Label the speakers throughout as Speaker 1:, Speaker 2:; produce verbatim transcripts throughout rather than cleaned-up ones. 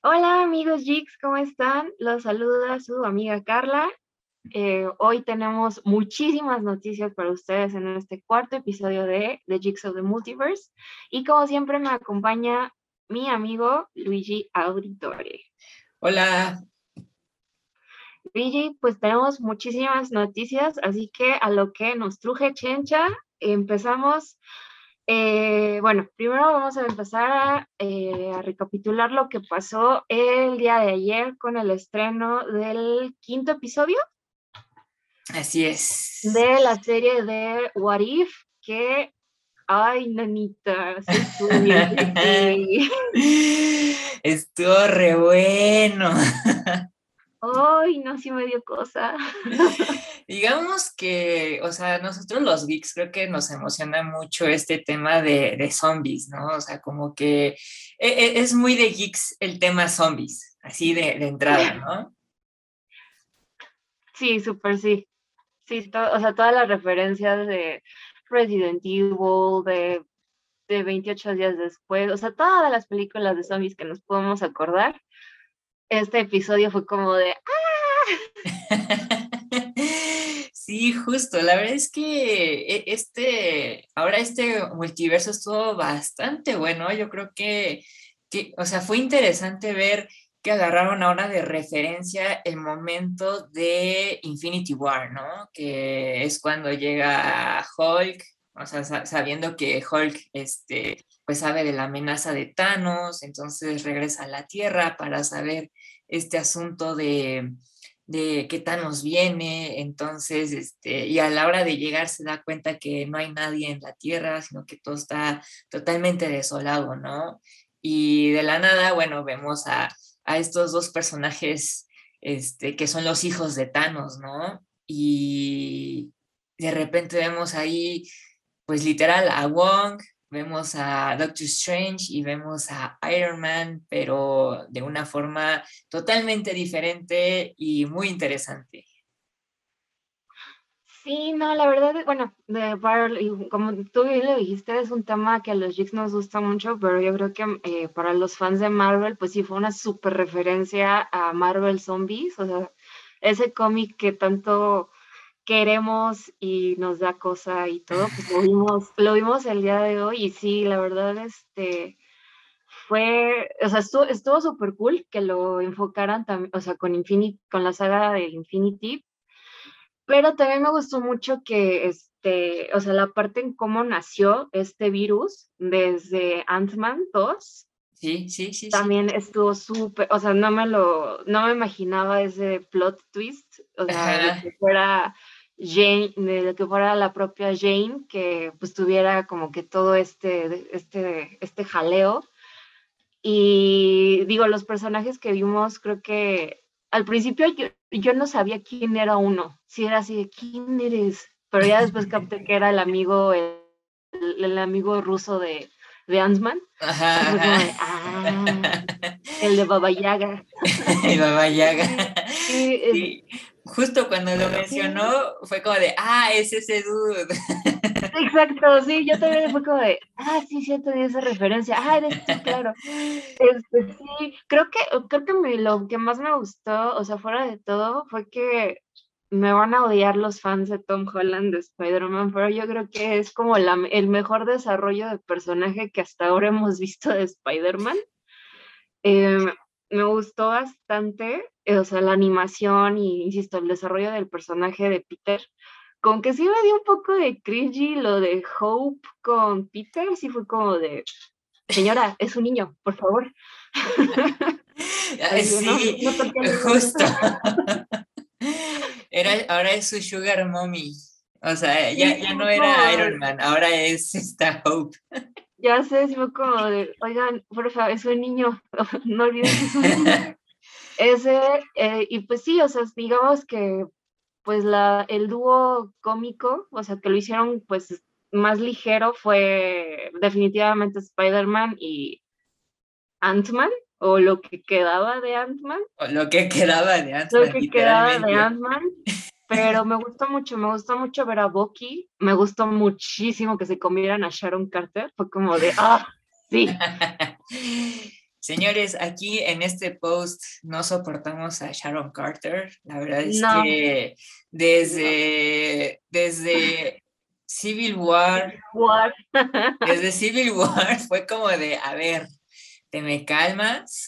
Speaker 1: Hola amigos Geeks, ¿cómo están? Los saluda su amiga Carla. Eh, hoy tenemos muchísimas noticias para ustedes en este cuarto episodio de The Geeks of the Multiverse. Y como siempre me acompaña mi amigo Luigi Auditore.
Speaker 2: Hola,
Speaker 1: Luigi, pues tenemos muchísimas noticias, así que a lo que nos truje Chencha, empezamos. Eh, bueno, primero vamos a empezar a, eh, a recapitular lo que pasó el día de ayer con el estreno del quinto episodio
Speaker 2: así es.
Speaker 1: de la serie de What If, que, ay, nanita, sí estuvo bien creepy.
Speaker 2: Estuvo re bueno.
Speaker 1: Ay, no, sí me dio cosa.
Speaker 2: Digamos que, o sea, nosotros los geeks creo que nos emociona mucho este tema de, de zombies, ¿no? O sea, como que e- e- es muy de geeks el tema zombies, así de, de entrada, ¿no?
Speaker 1: Sí, súper sí. Sí, to- o sea, todas las referencias de Resident Evil, de, de veintiocho días después, o sea, todas las películas de zombies que nos podemos acordar. Este episodio fue como de,
Speaker 2: Sí, justo. La verdad es que e- este, ahora este multiverso estuvo bastante bueno. Yo creo que, que, o sea, fue interesante ver que agarraron ahora de referencia el momento de Infinity War, ¿no? Que es cuando llega Hulk, o sea, sa- sabiendo que Hulk, este, pues sabe de la amenaza de Thanos, entonces regresa a la Tierra para saber este asunto de de qué tan nos viene, entonces, este, y a la hora de llegar se da cuenta que no hay nadie en la tierra, sino que todo está totalmente desolado, ¿no? Y de la nada, bueno, vemos a, a estos dos personajes, este, que son los hijos de Thanos, ¿no? Y de repente vemos ahí pues literal a Wong, vemos a Doctor Strange y vemos a Iron Man, pero de una forma totalmente diferente y muy interesante.
Speaker 1: sí, no, la verdad, bueno, de Marvel, y como tú bien lo dijiste, es un tema que a los geeks nos gusta mucho, pero yo creo que eh, para los fans de Marvel, pues sí fue una súper referencia a Marvel Zombies, o sea, ese cómic que tanto queremos y nos da cosa y todo, pues lo vimos, lo vimos el día de hoy y sí, la verdad, este, fue, o sea, estuvo, estuvo súper cool que lo enfocaran también, o sea, con Infinity, con la saga de Infinity, pero también me gustó mucho que, este, o sea, la parte en cómo nació este virus desde Ant-Man dos
Speaker 2: Sí, sí, sí, sí.
Speaker 1: también estuvo súper, o sea, no me lo, no me imaginaba ese plot twist, o sea, de
Speaker 2: Ajá.
Speaker 1: que fuera Jane, de que fuera la propia Jane, que pues tuviera como que todo este, este, este jaleo. Y digo, los personajes que vimos, creo que al principio yo, yo no sabía quién era uno, si era así de quién eres, pero ya después capté que era el amigo, el, el amigo ruso de, de Ant-Man, y
Speaker 2: Ajá,
Speaker 1: fue como
Speaker 2: ajá.
Speaker 1: de, ah, el de Baba Yaga.
Speaker 2: Y Baba Yaga.
Speaker 1: Sí, sí, es-
Speaker 2: Sí, justo cuando lo mencionó
Speaker 1: sí,
Speaker 2: fue como de, ah, es ese dude.
Speaker 1: exacto, sí, yo también fue como de, ah, sí, sí, tenía esa referencia, ah, eres tú, claro. Este, sí, creo que, creo que me- lo que más me gustó, o sea, fuera de todo, fue que me van a odiar los fans de Tom Holland de Spider-Man, pero yo creo que es como la- el mejor desarrollo de personaje que hasta ahora hemos visto de Spider-Man. Eh, Me gustó bastante, eh, o sea, la animación y, insisto, el desarrollo del personaje de Peter. Con que sí me dio un poco de cringy lo de Hope con Peter, sí fue como de, señora, es un niño, por favor.
Speaker 2: Ay,
Speaker 1: Así de, no,
Speaker 2: sí,
Speaker 1: no toqué al niño.
Speaker 2: justo. Era, ahora es su sugar mommy. O sea, ya,
Speaker 1: Sí,
Speaker 2: ya no
Speaker 1: fue
Speaker 2: era
Speaker 1: como
Speaker 2: Iron Man, ahora es esta Hope.
Speaker 1: ya sé, sí fue como de, oigan, por favor, es un niño, no olviden que es un niño. Ese, eh, y pues sí, o sea, digamos que pues la, el dúo cómico, o sea, que lo hicieron pues más ligero fue definitivamente Spider-Man y Ant-Man, o lo que quedaba de Ant-Man,
Speaker 2: O lo que quedaba de
Speaker 1: lo
Speaker 2: Ant-Man,
Speaker 1: que quedaba de
Speaker 2: literalmente.
Speaker 1: Ant-Man, pero me gustó mucho, me gustó mucho ver a Bucky, me gustó muchísimo que se comieran a Sharon Carter, fue como de, ah, sí,
Speaker 2: Señores, aquí en este post no soportamos a Sharon Carter. La verdad es
Speaker 1: No,
Speaker 2: que
Speaker 1: no.
Speaker 2: desde, desde Civil War,
Speaker 1: What?
Speaker 2: desde Civil War fue como de, a ver, te me calmas,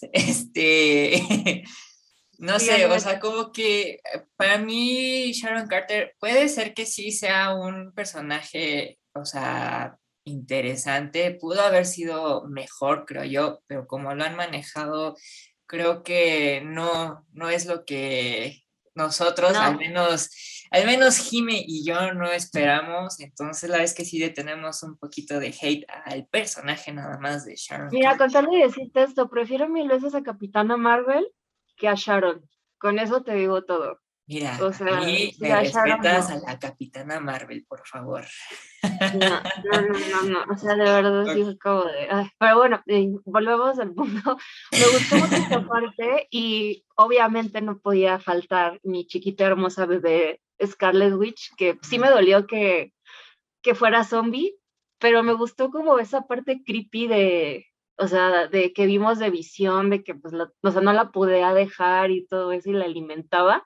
Speaker 2: este, no
Speaker 1: Sí, ya
Speaker 2: sé,
Speaker 1: no
Speaker 2: o
Speaker 1: me...
Speaker 2: sea, como que eh, para mí Sharon Carter puede ser que sí sea un personaje, o sea, interesante, pudo haber sido mejor, creo yo, pero como lo han manejado, creo que no, no es lo que nosotros, al
Speaker 1: No.
Speaker 2: menos, al menos Jime y yo no esperamos, entonces la vez que sí le tenemos un poquito de hate al personaje nada más de Sharon
Speaker 1: Mira,
Speaker 2: Carter.
Speaker 1: con tal de decirte esto, prefiero mil veces a Capitana Marvel que a Sharon. Con eso te digo todo.
Speaker 2: Mira,
Speaker 1: O sea,
Speaker 2: ahí
Speaker 1: sí,
Speaker 2: me
Speaker 1: a Sharon
Speaker 2: respetas
Speaker 1: no.
Speaker 2: a la Capitana Marvel, por favor.
Speaker 1: No, no, no, no, no. O sea, de verdad sí fue como de. Ay, pero bueno, eh, volvemos al punto. Me gustó mucho esta parte y obviamente no podía faltar mi chiquita hermosa bebé Scarlet Witch, que sí me dolió que, que fuera zombie, pero me gustó como esa parte creepy de. O sea, de que vimos de visión, de que pues la- o sea, no la podía dejar y todo eso y la alimentaba.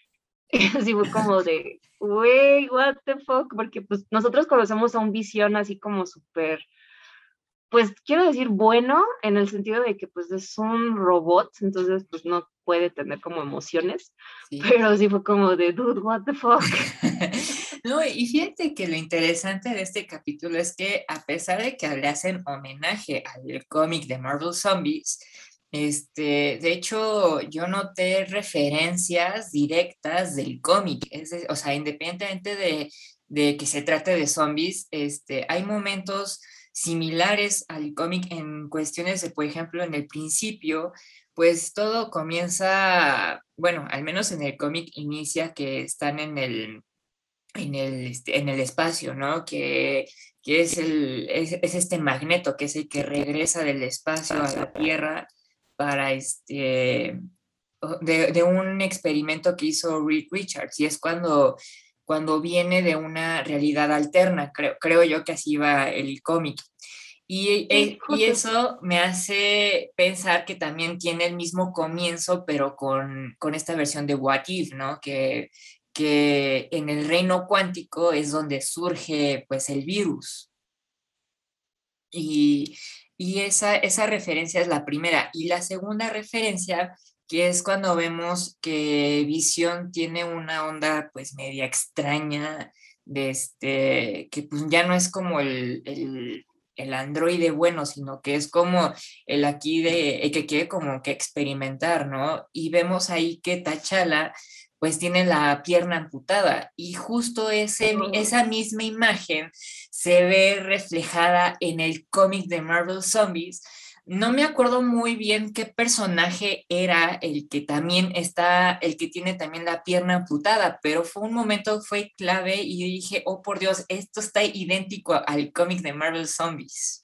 Speaker 1: Y así fue como de, wey, what the fuck, porque pues nosotros conocemos a un Visión así como súper, pues quiero decir bueno, en el sentido de que pues es un robot, entonces pues no puede tener como emociones,
Speaker 2: Sí.
Speaker 1: pero sí fue como de, dude, what the fuck.
Speaker 2: No, y fíjate que lo interesante de este capítulo es que a pesar de que le hacen homenaje al cómic de Marvel Zombies, este, de hecho, yo noté referencias directas del cómic, es de- o sea, independientemente de, de que se trate de zombies, este, hay momentos similares al cómic en cuestiones de, por ejemplo, en el principio, pues todo comienza, bueno, al menos en el cómic inicia que están en el en el, este, en el espacio, ¿no? Que, que es, el, es, es este magneto, que es el que regresa del espacio a la Tierra para este, de, de un experimento que hizo Reed Richards, y es cuando, cuando viene de una realidad alterna, creo, creo yo que así va el cómic. Y,
Speaker 1: Sí,
Speaker 2: e- y
Speaker 1: justo.
Speaker 2: eso me hace pensar que también tiene el mismo comienzo, pero con, con esta versión de What If, ¿no? Que, que en el reino cuántico es donde surge pues el virus. Y, y esa, esa referencia es la primera. Y la segunda referencia, que es cuando vemos que Visión tiene una onda pues media extraña, de este, que pues ya no es como el, el, el androide bueno, sino que es como el aquí de, el que quiere como que experimentar, ¿no? Y vemos ahí que T'Challa pues tiene la pierna amputada y justo ese,
Speaker 1: Oh.
Speaker 2: esa misma imagen se ve reflejada en el cómic de Marvel Zombies. No me acuerdo muy bien qué personaje era el que también está, el que tiene también la pierna amputada, pero fue un momento, fue clave y yo dije, oh por Dios, esto está idéntico al cómic de Marvel Zombies.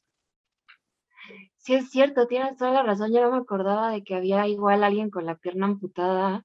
Speaker 1: Sí, es cierto, tienes toda la razón, yo no me acordaba de que había igual alguien con la pierna amputada.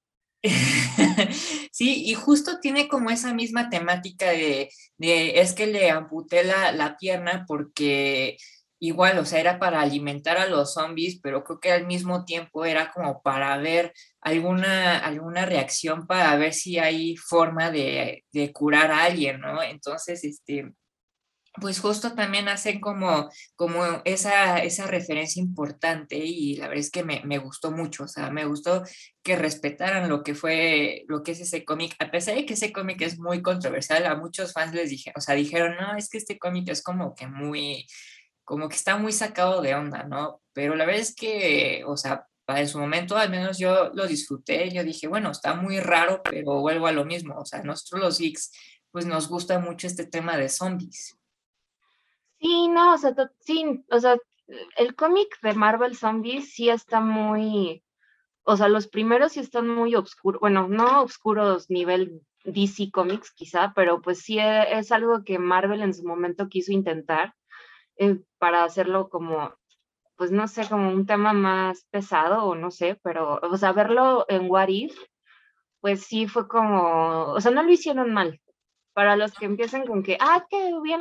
Speaker 2: Sí, y justo tiene como esa misma temática de, de es que le amputé la, la pierna porque igual, o sea, era para alimentar a los zombies, pero creo que al mismo tiempo era como para ver alguna, alguna reacción, para ver si hay forma de, de curar a alguien, ¿no? Entonces, este, pues justo también hacen como, como esa, esa referencia importante y la verdad es que me, me gustó mucho, o sea, me gustó que respetaran lo que fue, lo que es ese cómic, a pesar de que ese cómic es muy controversial, a muchos fans les dije, o sea, dijeron, no, es que este cómic es como que muy, como que está muy sacado de onda, ¿no? Pero la verdad es que, o sea, para en su momento al menos yo lo disfruté, yo dije, bueno, está muy raro, pero vuelvo a lo mismo, o sea, nosotros los geeks, pues nos gusta mucho este tema de zombies.
Speaker 1: Sí, no, o sea, to- sí, o sea, el cómic de Marvel Zombies sí está muy, o sea, los primeros sí están muy oscuros, bueno, no oscuros nivel D C Comics quizá, pero pues sí e- es algo que Marvel en su momento quiso intentar eh, para hacerlo como, pues no sé, como un tema más pesado o no sé, pero, o sea, verlo en What If, pues sí fue como, o sea, no lo hicieron mal. Para los que empiezan con que, ah, que hubieran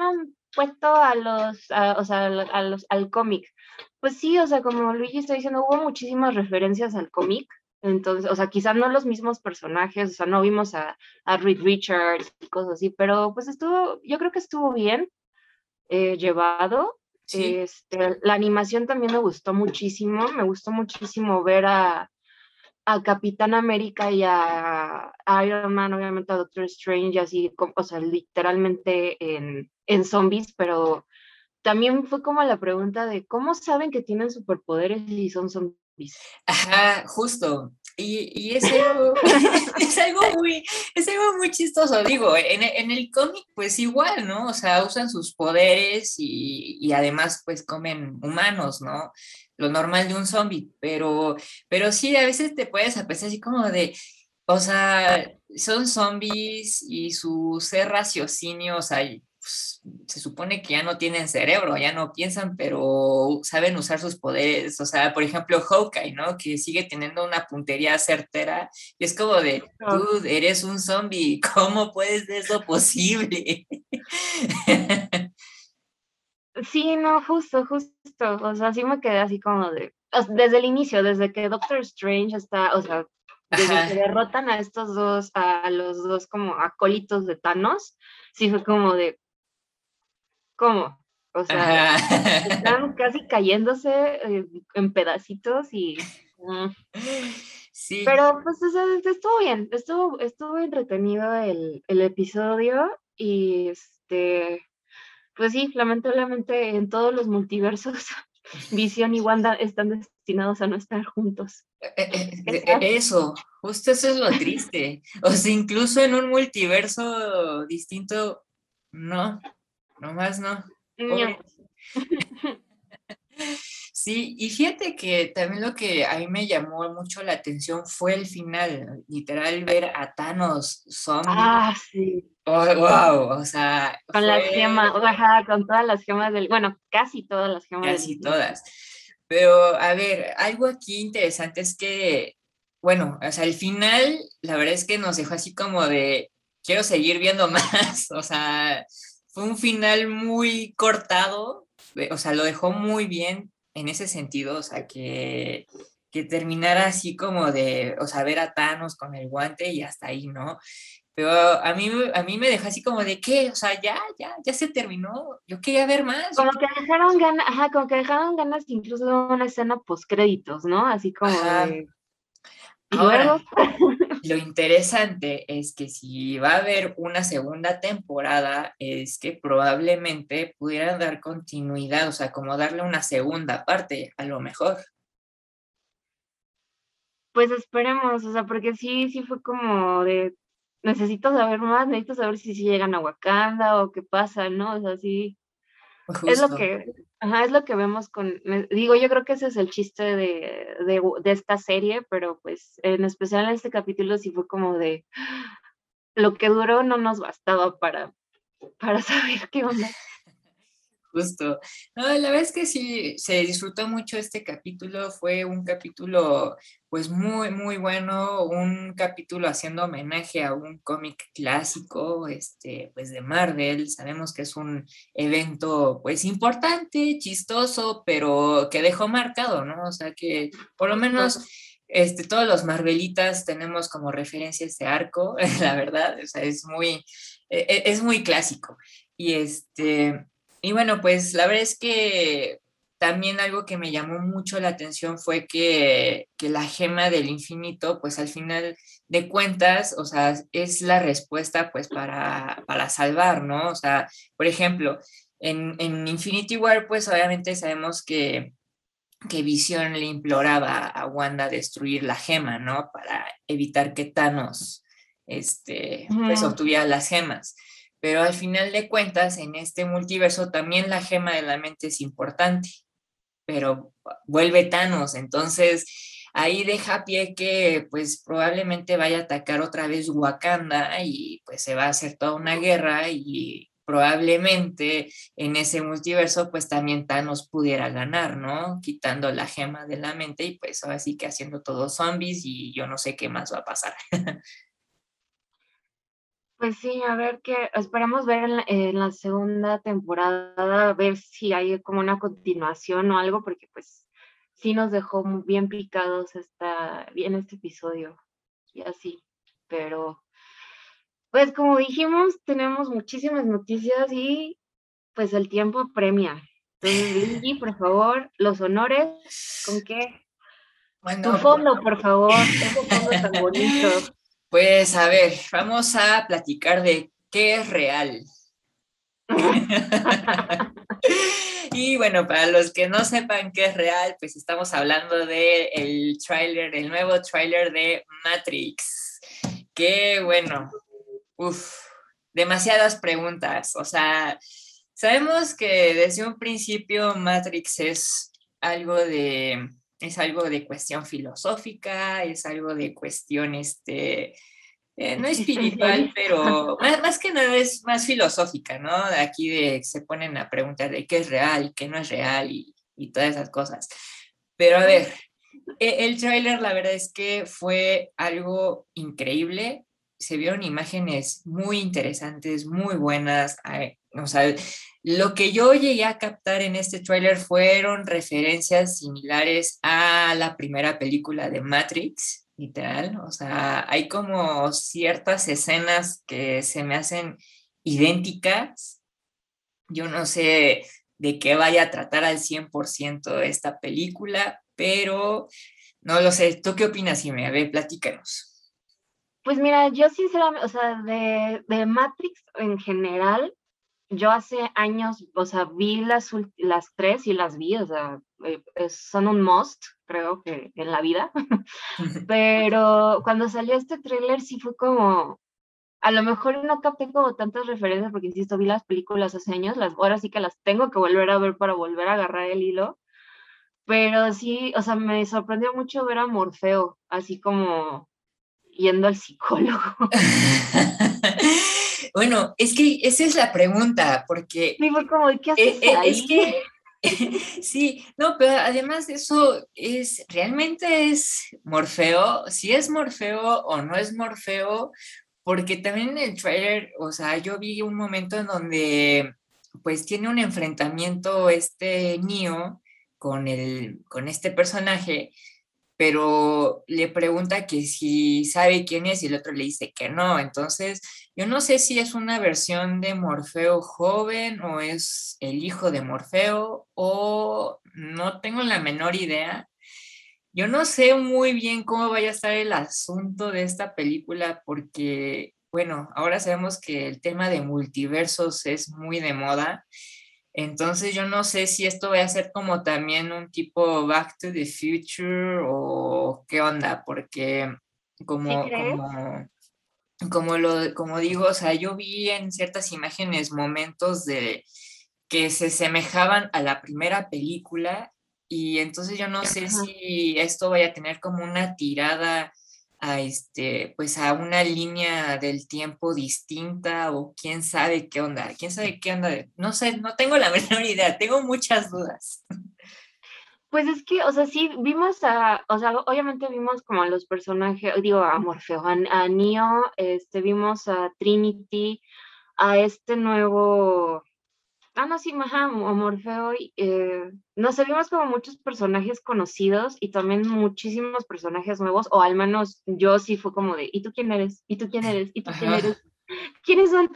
Speaker 1: puesto a los, a, o sea, a los, a los- al cómic. Pues sí, o sea, como Luigi está diciendo, hubo muchísimas referencias al cómic. Entonces, o sea, quizás no los mismos personajes, o sea, no vimos a, a Reed Richards y cosas así, pero pues estuvo, yo creo que estuvo bien eh, llevado.
Speaker 2: Sí.
Speaker 1: Este, la animación también me gustó muchísimo, me gustó muchísimo ver a, a Capitán América y a, a Iron Man, obviamente a Doctor Strange, así, como- o sea, literalmente en, en zombies, pero también fue como la pregunta de cómo saben que tienen superpoderes y son zombies.
Speaker 2: Ajá, justo. Y, y es algo, es algo muy, es algo muy chistoso. Digo, en, e- en el cómic, pues igual, ¿no? O sea, usan sus poderes y, y además, pues comen humanos, ¿no? Lo normal de un zombie. Pero, pero sí, a veces te puedes a pensar así como de, o sea, son zombies y su ser raciocinio, o sea, y, pues, se supone que ya no tienen cerebro, ya no piensan, pero saben usar sus poderes. O sea, por ejemplo, Hawkeye, ¿no? Que sigue teniendo una puntería certera y es como de,
Speaker 1: No.
Speaker 2: tú eres un zombie, ¿cómo puedes ser eso posible?
Speaker 1: Sí, no, justo, justo. O sea, sí me quedé así como de. O sea, desde el inicio, desde que Doctor Strange está, o sea, desde que
Speaker 2: Ajá,
Speaker 1: derrotan a estos dos, a los dos como acólitos de Thanos, sí fue como de, ¿cómo? O sea,
Speaker 2: ajá.
Speaker 1: están casi cayéndose eh, en pedacitos y. mm,
Speaker 2: Sí,
Speaker 1: Pero pues o sea, estuvo bien, estuvo, estuvo entretenido el, el episodio y este, pues sí, lamentablemente en todos los multiversos, Visión y Wanda están destinados a no estar juntos.
Speaker 2: eh, eh,
Speaker 1: Qué
Speaker 2: eh,
Speaker 1: sad.
Speaker 2: eso, justo eso es lo triste. O sea, incluso en un multiverso distinto, no, nomás no.
Speaker 1: Ño.
Speaker 2: Pobre. Sí, y fíjate que también lo que a mí me llamó mucho la atención fue el final, literal ver a Thanos zombie.
Speaker 1: Ah, sí,
Speaker 2: Oh, wow, o sea,
Speaker 1: con las gemas,
Speaker 2: fue
Speaker 1: ajá, con todas las gemas del, bueno, casi todas las gemas del
Speaker 2: casi
Speaker 1: infinito.
Speaker 2: todas. Pero, a ver, algo aquí interesante es que, bueno, o sea, el final, la verdad es que nos dejó así como de, quiero seguir viendo más, o sea, fue un final muy cortado, eh, o sea, lo dejó muy bien en ese sentido, o sea, que, que terminara así como de, o sea, ver a Thanos con el guante y hasta ahí, ¿no? Pero a mí, a mí me dejó así como de, ¿qué? O sea, ya, ya, ya se terminó, yo quería ver más, yo
Speaker 1: Como que dejaron ganas, ajá, como que dejaron ganas incluso de una escena post créditos, ¿no? Así como
Speaker 2: ajá.
Speaker 1: de, y
Speaker 2: Ahora,
Speaker 1: luego,
Speaker 2: lo interesante es que si va a haber una segunda temporada, es que probablemente pudieran dar continuidad, o sea, como darle una segunda parte, a lo mejor.
Speaker 1: pues esperemos, o sea, porque sí, sí fue como de, necesito saber más, necesito saber si sí llegan a Wakanda o qué pasa, ¿no? O sea, sí, es lo
Speaker 2: Justo.
Speaker 1: que, ajá, es lo que vemos con, me- digo, yo creo que ese es el chiste de, de, de esta serie, pero pues en especial en este capítulo sí fue como de, lo que duró no nos bastaba para, para saber qué onda.
Speaker 2: Justo. No, la verdad es que sí, se disfrutó mucho este capítulo. Fue un capítulo, pues muy, muy bueno. Un capítulo haciendo homenaje a un cómic clásico, este, pues de Marvel. Sabemos que es un evento, pues importante, chistoso, pero que dejó marcado, ¿no? O sea que por lo
Speaker 1: Justo.
Speaker 2: menos. Este, todos los Marvelitas tenemos como referencia este arco, la verdad, o sea, es muy, e- e- es muy clásico. Y este, y bueno, pues la verdad es que también algo que me llamó mucho la atención fue que, que la gema del infinito, pues al final de cuentas, o sea, es la respuesta pues para, para salvar, ¿no? O sea, por ejemplo, en, en Infinity War, pues obviamente sabemos que, que Visión le imploraba a Wanda destruir la gema, ¿no? Para evitar que Thanos, este, pues
Speaker 1: Ujú.
Speaker 2: obtuviera las gemas. Pero al final de cuentas, en este multiverso también la gema de la mente es importante, pero vuelve Thanos, entonces ahí deja pie que pues probablemente vaya a atacar otra vez Wakanda y pues se va a hacer toda una guerra y probablemente en ese multiverso pues también Thanos pudiera ganar, ¿no? Quitando la gema de la mente y pues ahora sí que haciendo todos zombies y yo no sé qué más va a pasar.
Speaker 1: Pues sí, a ver qué, esperamos ver en la, en la segunda temporada, a ver si hay como una continuación o algo, porque pues sí nos dejó muy bien picados esta, bien este episodio y así. Pero pues como dijimos, tenemos muchísimas noticias y pues el tiempo apremia. Entonces, Lingy, por favor, los honores, ¿con qué? Tu
Speaker 2: Bueno,
Speaker 1: fondo, por favor, ese fondo tan bonito.
Speaker 2: pues a ver, vamos a platicar de qué es real. Y bueno, para los que no sepan qué es real, pues estamos hablando de el tráiler, el nuevo tráiler de Matrix. Que bueno, uff, demasiadas preguntas. O sea, sabemos que desde un principio Matrix es algo de, es algo de cuestión filosófica, es algo de cuestión, este, eh, no espiritual,
Speaker 1: Existencialista.
Speaker 2: pero más, más que nada es más filosófica, ¿no? De aquí de, se ponen a preguntar de qué es real, qué no es real y, y todas esas cosas. Pero a ver, e- el tráiler la verdad es que fue algo increíble. Se vieron imágenes muy interesantes, muy buenas. Ay, o sea, lo que yo llegué a captar en este tráiler fueron referencias similares a la primera película de Matrix, literal. O sea, hay como ciertas escenas que se me hacen idénticas. Yo no sé de qué vaya a tratar al cien por ciento esta película, pero no lo sé. ¿Tú qué opinas, Jimmy? A ver, platícanos.
Speaker 1: Pues mira, yo sinceramente, o sea, de, de Matrix en general, yo hace años, o sea, vi las, ul- las tres y las vi, o sea, eh, es- son un must, creo que en la vida, pero cuando salió este tráiler sí fue como, a lo mejor no capté como tantas referencias, porque insisto, vi las películas hace años, las, ahora sí que las tengo que volver a ver para volver a agarrar el hilo, pero sí, o sea, me sorprendió mucho ver a Morfeo, así como yendo al psicólogo.
Speaker 2: Bueno, es que esa es la pregunta, porque
Speaker 1: Sí, fue como, ¿qué
Speaker 2: eh,
Speaker 1: haces
Speaker 2: eh, es
Speaker 1: ahí?
Speaker 2: que sí, no, pero además de eso, es, ¿realmente es Morfeo? ¿Si es Morfeo o no es Morfeo? Porque también en el trailer, o sea, yo vi un momento en donde pues tiene un enfrentamiento este Neo con el, con este personaje, pero le pregunta que si sabe quién es y el otro le dice que no. Entonces, yo no sé si es una versión de Morfeo joven o es el hijo de Morfeo o no tengo la menor idea. Yo no sé muy bien cómo vaya a estar el asunto de esta película porque, bueno, ahora sabemos que el tema de multiversos es muy de moda. Entonces yo no sé si esto va a ser como también un tipo Back to the Future o qué onda, porque
Speaker 1: ¿Sí
Speaker 2: como,
Speaker 1: crees?
Speaker 2: como, como lo, como digo, o sea, yo vi en ciertas imágenes momentos de que se semejaban a la primera película y entonces yo no sé
Speaker 1: Ajá.
Speaker 2: si esto vaya a tener como una tirada a este, pues a una línea del tiempo distinta o quién sabe qué onda, quién sabe qué onda, de- no sé, no tengo la menor idea, tengo muchas dudas.
Speaker 1: Pues es que, o sea, sí, vimos a, o sea, obviamente vimos como a los personajes, digo, a Morfeo, a, a Neo, este, vimos a Trinity, a este nuevo, ah, no, sí, ajá, a Morfeo, y, eh, no sé, vimos como muchos personajes conocidos y también muchísimos personajes nuevos, o al menos yo sí fue como de, ¿y tú quién eres? ¿Y tú quién eres? ¿Y tú quién
Speaker 2: Ajá.
Speaker 1: eres? ¿Quiénes son?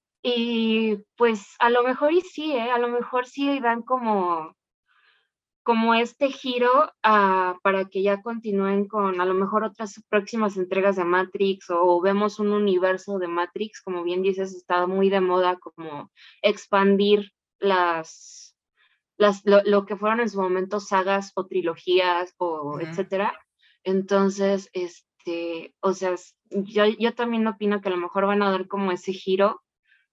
Speaker 1: Y pues a lo mejor y sí, ¿eh? A lo mejor sí dan como como este giro ah, para que ya continúen con a lo mejor otras próximas entregas de Matrix o vemos un universo de Matrix, como bien dices, está muy de moda como expandir las, las lo, lo que fueron en su momento sagas o trilogías o
Speaker 2: Ujú.
Speaker 1: etcétera. Entonces, este, o sea, yo, yo también opino que a lo mejor van a dar como ese giro,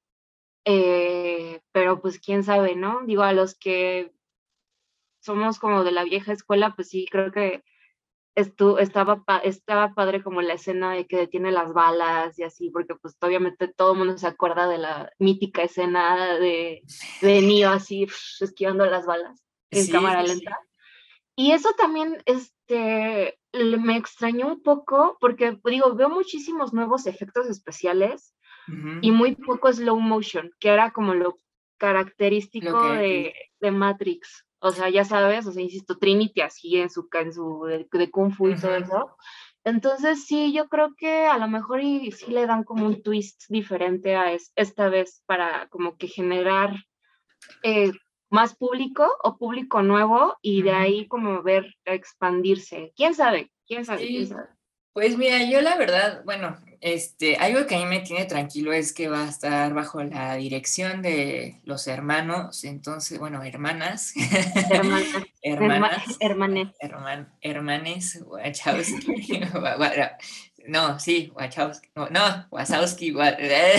Speaker 1: eh, pero pues quién sabe, ¿no? Digo, a los que somos como de la vieja escuela, pues sí, creo que estu estaba, pa estaba padre como la escena de que detiene las balas y así, porque pues obviamente todo el mundo se acuerda de la mítica escena de, de Neo así pf, esquivando las balas en
Speaker 2: Sí,
Speaker 1: cámara
Speaker 2: sí,
Speaker 1: lenta.
Speaker 2: sí.
Speaker 1: Y eso también este, me extrañó un poco, porque digo, veo muchísimos nuevos efectos especiales, y
Speaker 2: Ujú.
Speaker 1: muy poco slow motion, que era como lo
Speaker 2: Lo
Speaker 1: característico
Speaker 2: que...
Speaker 1: de, de Matrix. O sea, ya sabes, o sea, insisto, Trinity así en su, en su de, de Kung Fu y todo
Speaker 2: Ujú.
Speaker 1: eso. Entonces, sí, yo creo que a lo mejor y sí le dan como un twist diferente a es- esta vez para como que generar eh, más público o público nuevo y de
Speaker 2: Ujú.
Speaker 1: ahí como ver expandirse. ¿Quién sabe? ¿Quién sabe? ¿Quién
Speaker 2: Sí,
Speaker 1: sabe?
Speaker 2: pues mira, yo la verdad, bueno, este, algo que a mí me tiene tranquilo es que va a estar bajo la dirección de los hermanos, entonces, bueno, hermanas,
Speaker 1: Hermanas, herma-
Speaker 2: hermanas,
Speaker 1: hermanes.
Speaker 2: herman, hermanes Wachowski, Wa- wa- no, sí, Wachowski, no, no, Wazowski, Wa-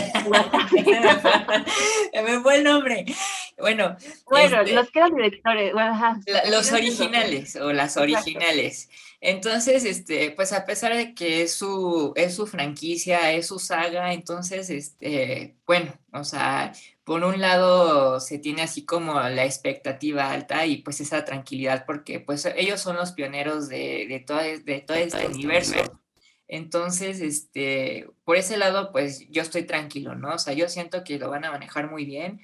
Speaker 2: se me fue, se me fue el nombre. Bueno,
Speaker 1: Bueno,
Speaker 2: este,
Speaker 1: los que eran directores, bueno, ajá,
Speaker 2: la-
Speaker 1: sí,
Speaker 2: los
Speaker 1: no entiendo.
Speaker 2: originales o las
Speaker 1: Exacto.
Speaker 2: originales. Entonces, este, pues a pesar de que es su, es su franquicia, es su saga, entonces, este, bueno, o sea, por un lado se tiene así como la expectativa alta y pues esa tranquilidad porque pues ellos son los pioneros de, de todo, de todo este universo. Entonces, este, por ese lado, pues yo estoy tranquilo, ¿no? O sea, yo siento que lo van a manejar muy bien.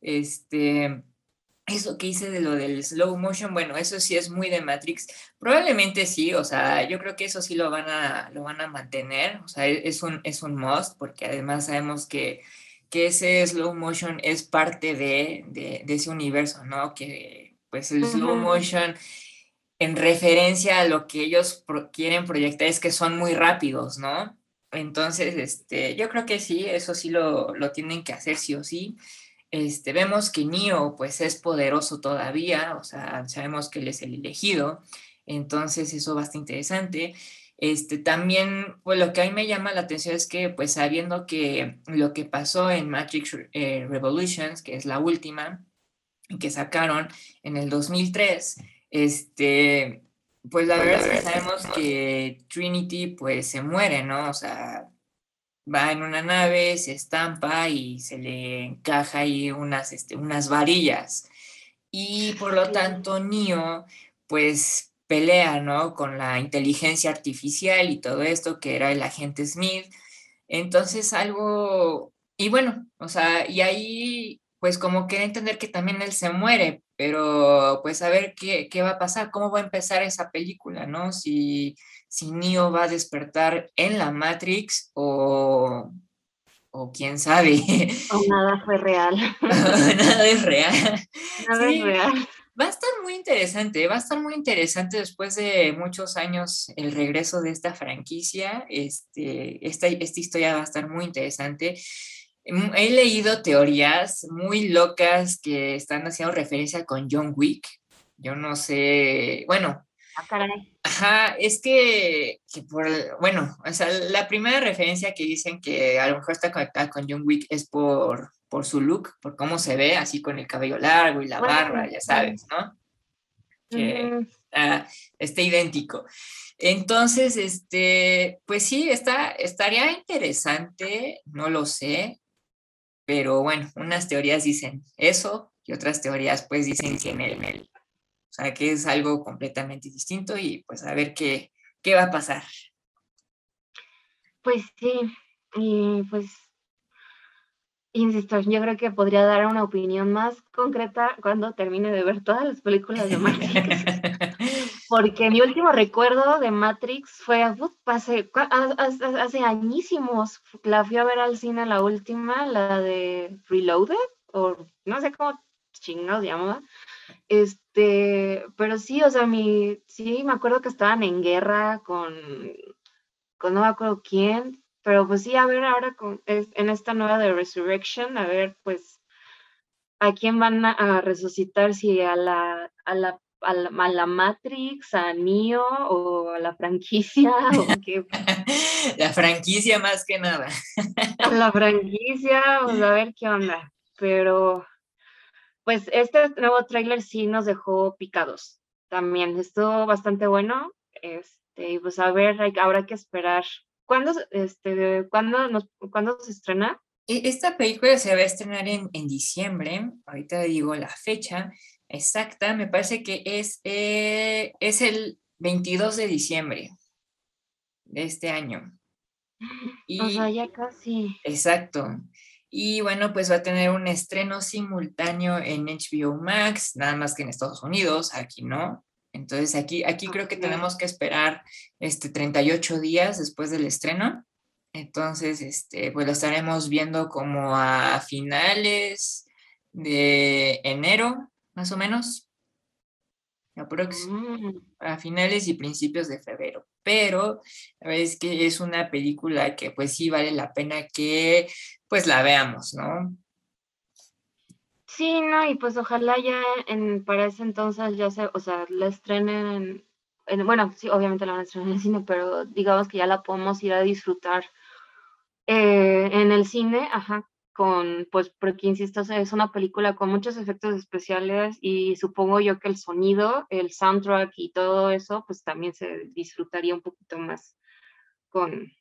Speaker 2: Este, eso que hice de lo del slow motion, bueno, eso sí es muy de Matrix. Probablemente sí, o sea, yo creo que eso sí lo van a, lo van a mantener, o sea, e- es un, es un must, porque además sabemos que, que ese slow motion es parte de, de, de ese universo, ¿no? Que pues el slow
Speaker 1: Ujú.
Speaker 2: motion en referencia a lo que ellos pro- quieren proyectar es que son muy rápidos, ¿no? Entonces, este, yo creo que sí, eso sí lo, lo tienen que hacer sí o sí. Este, vemos que Neo pues es poderoso todavía, o sea, sabemos que él es el elegido, entonces eso va a estar interesante. Este, también, pues lo que a mí me llama la atención es que, pues sabiendo que lo que pasó en Matrix eh, Revolutions, que es la última que sacaron en el dos mil tres, este, pues la verdad es que sabemos que Trinity pues se muere, ¿no? O sea, va en una nave, se estampa y se le encaja ahí unas, este, unas varillas. Y por lo
Speaker 1: Sí.
Speaker 2: tanto, Neo, pues pelea, ¿no? Con la inteligencia artificial y todo esto, que era el agente Smith. Entonces, algo, y bueno, o sea, y ahí, pues como que entender que también él se muere, pero pues a ver qué, qué va a pasar, cómo va a empezar esa película, ¿no? Si, si Neo va a despertar en la Matrix o, o quién sabe,
Speaker 1: O nada fue real.
Speaker 2: nada es real.
Speaker 1: Nada es
Speaker 2: Sí,
Speaker 1: real.
Speaker 2: va a estar muy interesante, va a estar muy interesante después de muchos años el regreso de esta franquicia. Este, esta, esta historia va a estar muy interesante. Mm, He leído teorías muy locas que están haciendo referencia con John Wick. Yo no sé, bueno,
Speaker 1: Ah, caray.
Speaker 2: ajá, es que, que por, bueno, o sea, la primera referencia que dicen que a lo mejor está conectada con John Wick es por, por su look, por cómo se ve, así con el cabello largo y la barba,
Speaker 1: Bueno,
Speaker 2: ya
Speaker 1: sí.
Speaker 2: sabes, ¿no? Que
Speaker 1: Ujú.
Speaker 2: ah, esté idéntico. Entonces, este, pues sí, está, estaría interesante, no lo sé, pero bueno, unas teorías dicen eso y otras teorías pues dicen que en el, en el- o sea, que es algo completamente distinto y pues a ver qué, qué va a pasar.
Speaker 1: Pues sí. Y pues, insisto, yo creo que podría dar una opinión más concreta cuando termine de ver todas las películas de Matrix. Porque mi último recuerdo de Matrix fue uf, hace, cua- ha- hace, hace añísimos. La fui a ver al cine la última, la de Reloaded, o no sé cómo chingados se llamaba. Este, pero sí, o sea, mi, sí, me acuerdo que estaban en guerra con, con no me acuerdo quién, pero pues sí, a ver ahora con, es- en esta nueva de Resurrection, a ver, pues a quién van a, a resucitar, si a la, a la, a la, a la Matrix, a Neo o a la franquicia o qué,
Speaker 2: La franquicia más que nada.
Speaker 1: a la franquicia, pues a ver qué onda. Pero pues este nuevo tráiler sí nos dejó picados. También estuvo bastante bueno. Este, y pues a ver, hay- habrá que esperar. ¿Cuándo, se- este, ¿cuándo, nos, ¿cuándo se estrena?
Speaker 2: E- Esta película se va a estrenar en, en diciembre, ahorita digo la fecha exacta, me parece que es, eh, es el veintidós de diciembre de este año.
Speaker 1: O sea,
Speaker 2: Y
Speaker 1: ya casi.
Speaker 2: exacto. Y bueno, pues va a tener un estreno simultáneo en H B O Max, nada más que en Estados Unidos, aquí no. Entonces aquí, aquí creo que
Speaker 1: Ok.
Speaker 2: tenemos que esperar este, treinta y ocho días después del estreno. Entonces, este, pues lo estaremos viendo como a finales de enero, más o menos, aprox,
Speaker 1: Mm.
Speaker 2: a finales y principios de febrero. Pero la verdad es que es una película que pues sí vale la pena que pues la veamos, ¿no?
Speaker 1: Sí, no, y pues ojalá ya en, para ese entonces ya se, o sea, la estrenen en, en- bueno, sí, obviamente la van a estrenar en el cine, pero digamos que ya la podemos ir a disfrutar eh, en el cine, ajá, con, pues, porque insisto, o sea, es una película con muchos efectos especiales y supongo yo que el sonido, el soundtrack y todo eso, pues también se disfrutaría un poquito más con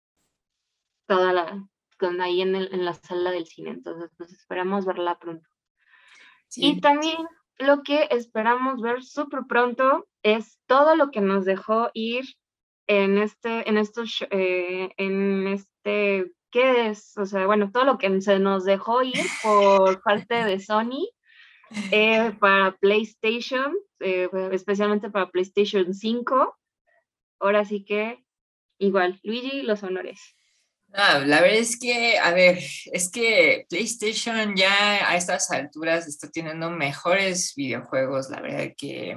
Speaker 1: toda la, con ahí en el, en la sala del cine, entonces pues esperamos verla pronto. Y
Speaker 2: Sí,
Speaker 1: también lo que esperamos ver súper pronto es todo lo que nos dejó ir en este, en estos, sh- eh, en este, ¿qué es? O sea, bueno, todo lo que se nos dejó ir por parte de Sony eh, para PlayStation, eh, especialmente para PlayStation cinco. Ahora sí que igual, Luigi, los honores.
Speaker 2: no, la verdad es que, a ver, es que PlayStation ya a estas alturas está teniendo mejores videojuegos, la verdad, que,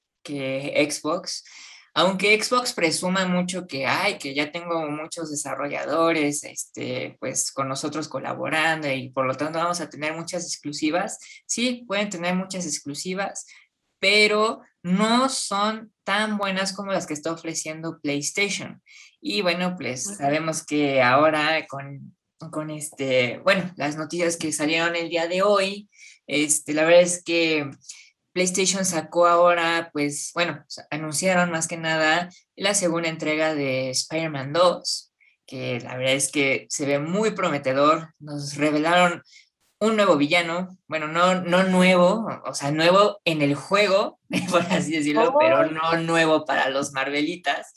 Speaker 2: que Xbox. Aunque Xbox presuma mucho que, ay, que ya tengo muchos desarrolladores, este, pues con nosotros colaborando y por lo tanto vamos a tener muchas exclusivas. Sí, pueden tener muchas exclusivas, pero no son tan buenas como las que está ofreciendo PlayStation. Y bueno, pues sabemos que ahora con, con este, bueno, las noticias que salieron el día de hoy, este, la verdad es que PlayStation sacó ahora, pues, bueno, anunciaron más que nada la segunda entrega de Spider-Man dos, que la verdad es que se ve muy prometedor. Nos revelaron un nuevo villano, bueno, no, no nuevo, o sea, nuevo en el juego, por así decirlo, pero
Speaker 1: Oh,
Speaker 2: no nuevo para los Marvelitas.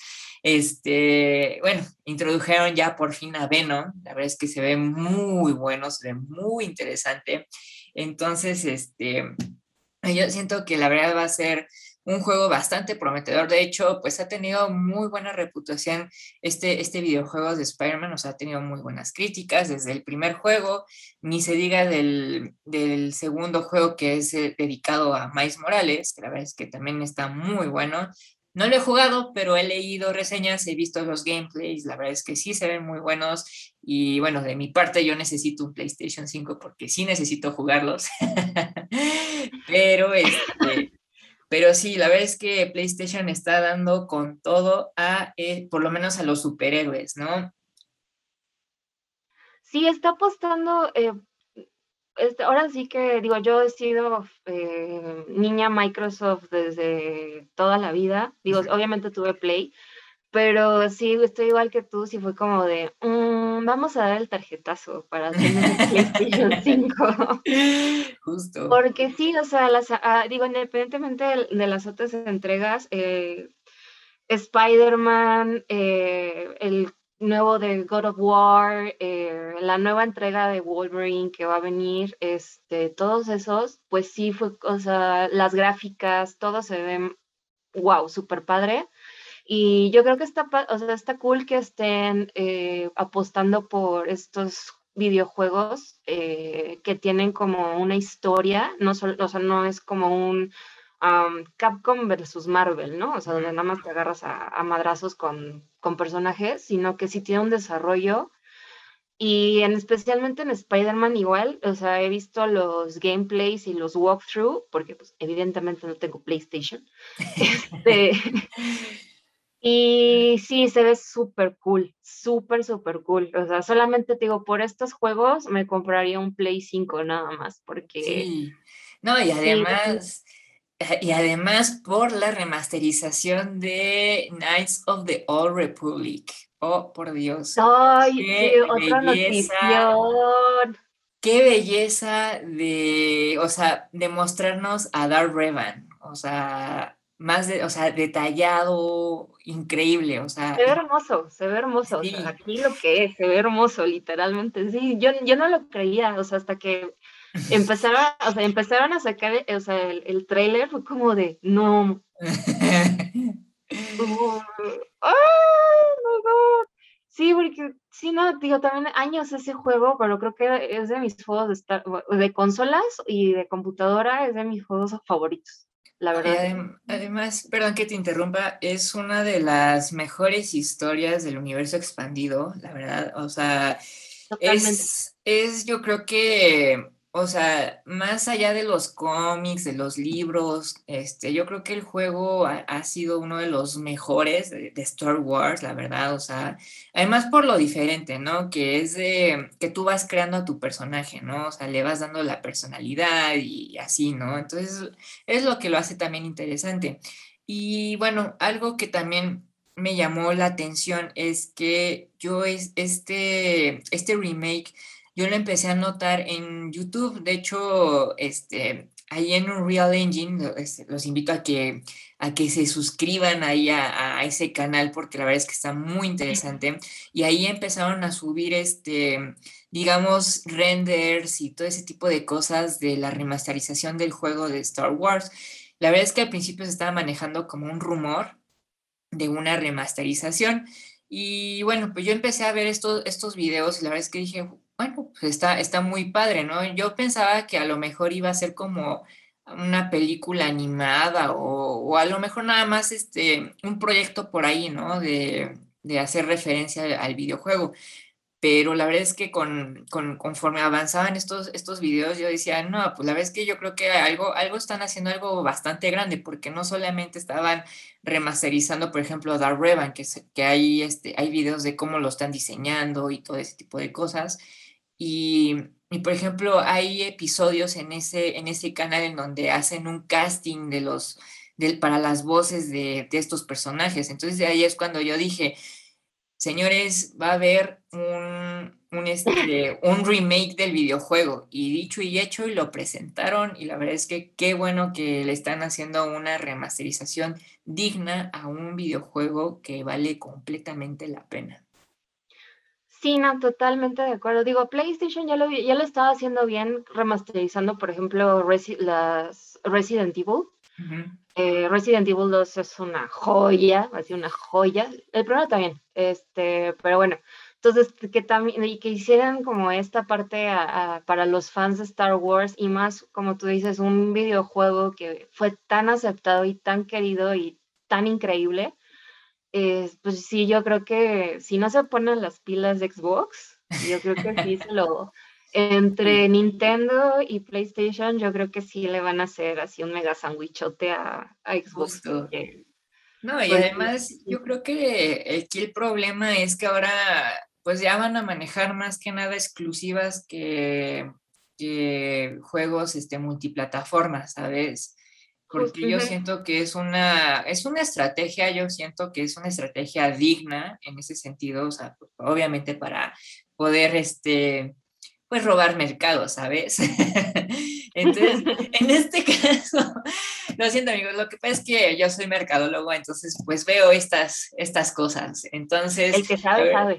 Speaker 2: Este, bueno, introdujeron ya por fin a Venom, la verdad es que se ve muy bueno, se ve muy interesante. Entonces, este, yo siento que la verdad va a ser un juego bastante prometedor. De hecho, pues ha tenido muy buena reputación este, este videojuego de Spider-Man, o sea, ha tenido muy buenas críticas desde el primer juego, ni se diga del, del segundo juego que es eh, dedicado a Miles Morales, que la verdad es que también está muy bueno. No lo he jugado, pero he leído reseñas, he visto los gameplays, la verdad es que sí se ven muy buenos y bueno, de mi parte yo necesito un PlayStation cinco porque sí necesito jugarlos. Pero este, pero sí, la verdad es que PlayStation está dando con todo a, eh, por lo menos a los superhéroes, ¿no?
Speaker 1: sí, está apostando eh, este, ahora sí que digo, yo he sido eh, niña Microsoft desde toda la vida. Digo, obviamente tuve Play, pero sí, estoy igual que tú, sí fue como de, "Mm, vamos a dar el tarjetazo para tener un PlayStation cinco".
Speaker 2: Justo.
Speaker 1: Porque sí, o sea, las, ah, digo, independientemente de, de las otras entregas, eh, Spider-Man, eh, el nuevo de God of War, eh, la nueva entrega de Wolverine que va a venir, este, todos esos, pues sí fue, o sea, las gráficas, todo se ve, wow, súper padre. Y yo creo que está, pa- o sea, está cool que estén eh, apostando por estos videojuegos eh, que tienen como una historia, no solo, o sea, no es como un um, Capcom versus Marvel, ¿no? O sea, donde nada más te agarras a, a madrazos con, con personajes, sino que sí tiene un desarrollo. Y en, especialmente en Spider-Man igual, o sea, he visto los gameplays y los walkthrough, porque pues evidentemente no tengo PlayStation. Este, y sí, se ve súper cool, súper, súper cool. O sea, solamente te digo, por estos juegos me compraría un Play cinco nada más, porque
Speaker 2: Sí. No, y
Speaker 1: sí,
Speaker 2: además, eh, y además por la remasterización de Knights of the Old Republic. Oh, por Dios.
Speaker 1: ay, sí,
Speaker 2: Qué
Speaker 1: otra
Speaker 2: belleza,
Speaker 1: notición.
Speaker 2: qué belleza de, o sea, de mostrarnos a Darth Revan. O sea, más de, o sea, detallado, increíble, o sea,
Speaker 1: Se ve hermoso, se ve hermoso, o sea,
Speaker 2: sí.
Speaker 1: aquí lo que es, se ve hermoso, literalmente. Sí, yo, yo no lo creía, o sea, hasta que empezaron, o sea, empezaron a sacar, o sea, el, el tráiler fue como de, no, uh, ¡ay, my God! Sí, porque, sí, no, digo, también años ese juego, pero creo que es de mis juegos de, Star- de consolas y de computadora, es de mis juegos favoritos, la
Speaker 2: Y
Speaker 1: verdad.
Speaker 2: adem- además, perdón que te interrumpa, es una de las mejores historias del universo expandido, la verdad. O sea,
Speaker 1: Totalmente.
Speaker 2: es, es yo creo que, o sea, más allá de los cómics, de los libros, este, yo creo que el juego ha, ha sido uno de los mejores de, de Star Wars, la verdad. O sea, además por lo diferente, ¿no? Que es de que tú vas creando a tu personaje, ¿no? O sea, le vas dando la personalidad y así, ¿no? Entonces es lo que lo hace también interesante. Y bueno, algo que también me llamó la atención es que yo es, este, este remake, yo lo empecé a notar en YouTube. De hecho, este, ahí en Unreal Engine, lo- este, los invito a que, a que se suscriban ahí a, a ese canal porque la verdad es que está muy interesante. Y ahí empezaron a subir este digamos, renders y todo ese tipo de cosas de la remasterización del juego de Star Wars. La verdad es que al principio se estaba manejando como un rumor de una remasterización. Y bueno, pues yo empecé a ver estos, estos videos y la verdad es que dije, bueno, pues está, está muy padre, ¿no? Yo pensaba que a lo mejor iba a ser como una película animada o, o a lo mejor nada más este, un proyecto por ahí, ¿no? De, de hacer referencia al al videojuego, pero la verdad es que con, con- conforme avanzaban estos, estos videos, yo decía, no, pues la verdad es que yo creo que algo, algo están haciendo algo bastante grande, porque no solamente estaban remasterizando, por ejemplo, Dark Revan, que, se- que hay, este, hay videos de cómo lo están diseñando y todo ese tipo de cosas, y, y, por ejemplo, hay episodios en ese, en ese canal en donde hacen un casting de los, del, para las voces de, de estos personajes, entonces de ahí es cuando yo dije, señores, va a haber un, un, este, un remake del videojuego y dicho y hecho y lo presentaron y la verdad es que qué bueno que le están haciendo una remasterización digna a un videojuego que vale completamente la pena.
Speaker 1: Sí, no, totalmente de acuerdo. Digo, PlayStation ya lo, vi- ya lo estaba haciendo bien remasterizando, por ejemplo, Resi- las Resident Evil.
Speaker 2: Ujú.
Speaker 1: Eh, Resident Evil dos es una joya, así una joya. El primero también, este, pero bueno. Entonces, que también, y que hicieran como esta parte a- a- para los fans de Star Wars y más, como tú dices, un videojuego que fue tan aceptado y tan querido y tan increíble. Eh, pues sí, yo creo que si no se ponen las pilas de Xbox, yo creo que sí se lo, entre
Speaker 2: Sí,
Speaker 1: Nintendo y PlayStation, yo creo que sí le van a hacer así un mega sandwichote a, a Xbox,
Speaker 2: justo.
Speaker 1: porque
Speaker 2: No, y
Speaker 1: pues
Speaker 2: además yo creo que aquí el problema es que ahora pues ya van a manejar más que nada exclusivas que, que juegos este, multiplataformas, ¿sabes?
Speaker 1: justo,
Speaker 2: Porque yo siento que es una, es una estrategia, yo siento que es una estrategia digna en ese sentido, o sea, pues, obviamente para poder este, pues robar mercado, ¿sabes? Entonces, en este caso, lo siento amigos, lo que pasa es que yo soy mercadólogo, entonces pues veo estas, estas cosas. Entonces,
Speaker 1: el que
Speaker 2: a
Speaker 1: sabe,
Speaker 2: ver,
Speaker 1: sabe.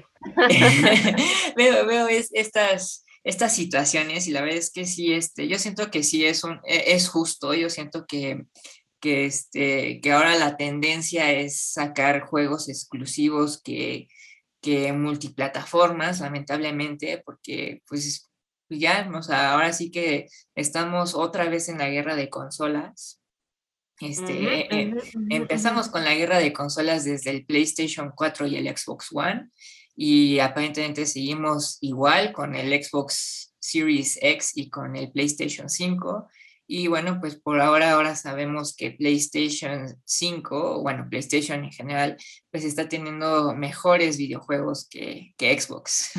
Speaker 2: veo, veo es- estas, estas situaciones y la verdad es que sí, este, yo siento que sí es, un, e- es justo, yo siento que, que, este, que ahora la tendencia es sacar juegos exclusivos que que multiplataformas, lamentablemente, porque pues ya, o sea, ahora sí que estamos otra vez en la guerra de consolas.
Speaker 1: Ujú,
Speaker 2: Este, eh, eh,
Speaker 1: ujú, ujú, ujú.
Speaker 2: empezamos con la guerra de consolas desde el PlayStation cuatro y el Xbox One, y aparentemente seguimos igual con el Xbox Series X y con el PlayStation cinco. Y bueno, pues por ahora, ahora sabemos que PlayStation cinco, o bueno, PlayStation en general, pues está teniendo mejores videojuegos que, que Xbox.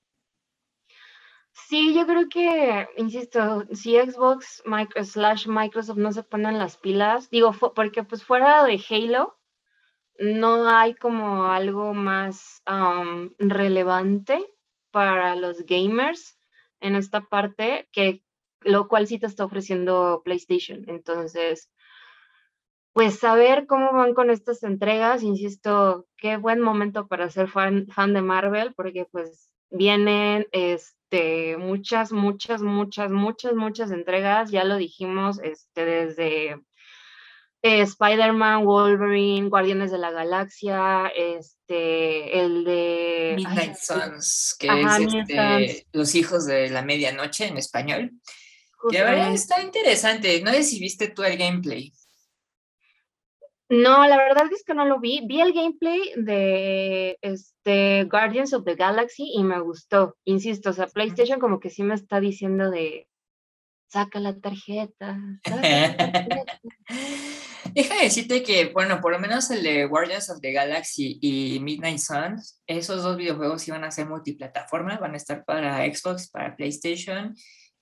Speaker 1: Sí, yo creo que, insisto, si Xbox Micro- slash Microsoft no se ponen las pilas, digo, fu- porque pues fuera de Halo, no hay como algo más am, relevante para los gamers en esta parte, que lo cual sí te está ofreciendo PlayStation. Entonces, pues saber cómo van con estas entregas, insisto, qué buen momento para ser fan, fan de Marvel, porque pues vienen este, muchas, muchas, muchas, muchas, muchas entregas, ya lo dijimos, este, desde eh, Spider-Man, Wolverine, Guardianes de la Galaxia, este, el de, ay, se
Speaker 2: Midnight
Speaker 1: me olvidó.
Speaker 2: Suns, que es
Speaker 1: Ajá, Mutants,
Speaker 2: este, Los hijos de la medianoche en español, que la verdad
Speaker 1: justamente.
Speaker 2: está interesante. No sé si viste tú el gameplay.
Speaker 1: No, la verdad es que no lo vi. Vi el gameplay de este Guardians of the Galaxy y me gustó. Insisto, o sea, PlayStation como que sí me está diciendo de saca la tarjeta, saca la tarjeta.
Speaker 2: Deja decirte que, bueno, por lo menos el de Guardians of the Galaxy y Midnight Suns, esos dos videojuegos iban a ser multiplataforma, van a estar para Xbox, para PlayStation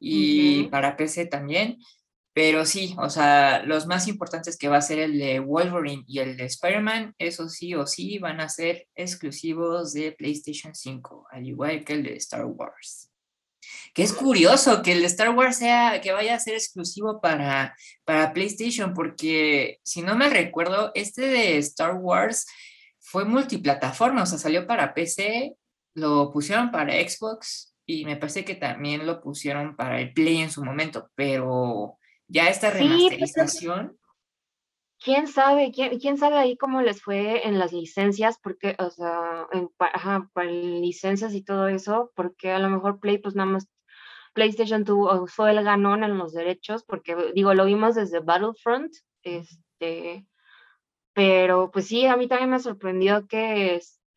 Speaker 2: y
Speaker 1: Ujú.
Speaker 2: para P C también. Pero sí, o sea, los más importantes que va a ser el de Wolverine y el de Spider-Man, eso sí o sí van a ser exclusivos de PlayStation cinco, al igual que el de Star Wars. Que es curioso que el de Star Wars sea, que vaya a ser exclusivo para, para PlayStation, porque si no me recuerdo, este de Star Wars fue multiplataforma, o sea, salió para P C, lo pusieron para Xbox y me parece que también lo pusieron para el Play en su momento, pero ya esta
Speaker 1: Sí, pero
Speaker 2: remasterización,
Speaker 1: quién sabe, quién, quién sabe ahí cómo les fue en las licencias, porque, o sea, en, pa- ajá, para licencias y todo eso, porque a lo mejor Play, pues nada más PlayStation tuvo, fue el ganón en los derechos, porque digo, lo vimos desde Battlefront, este, pero pues sí, a mí también me sorprendió que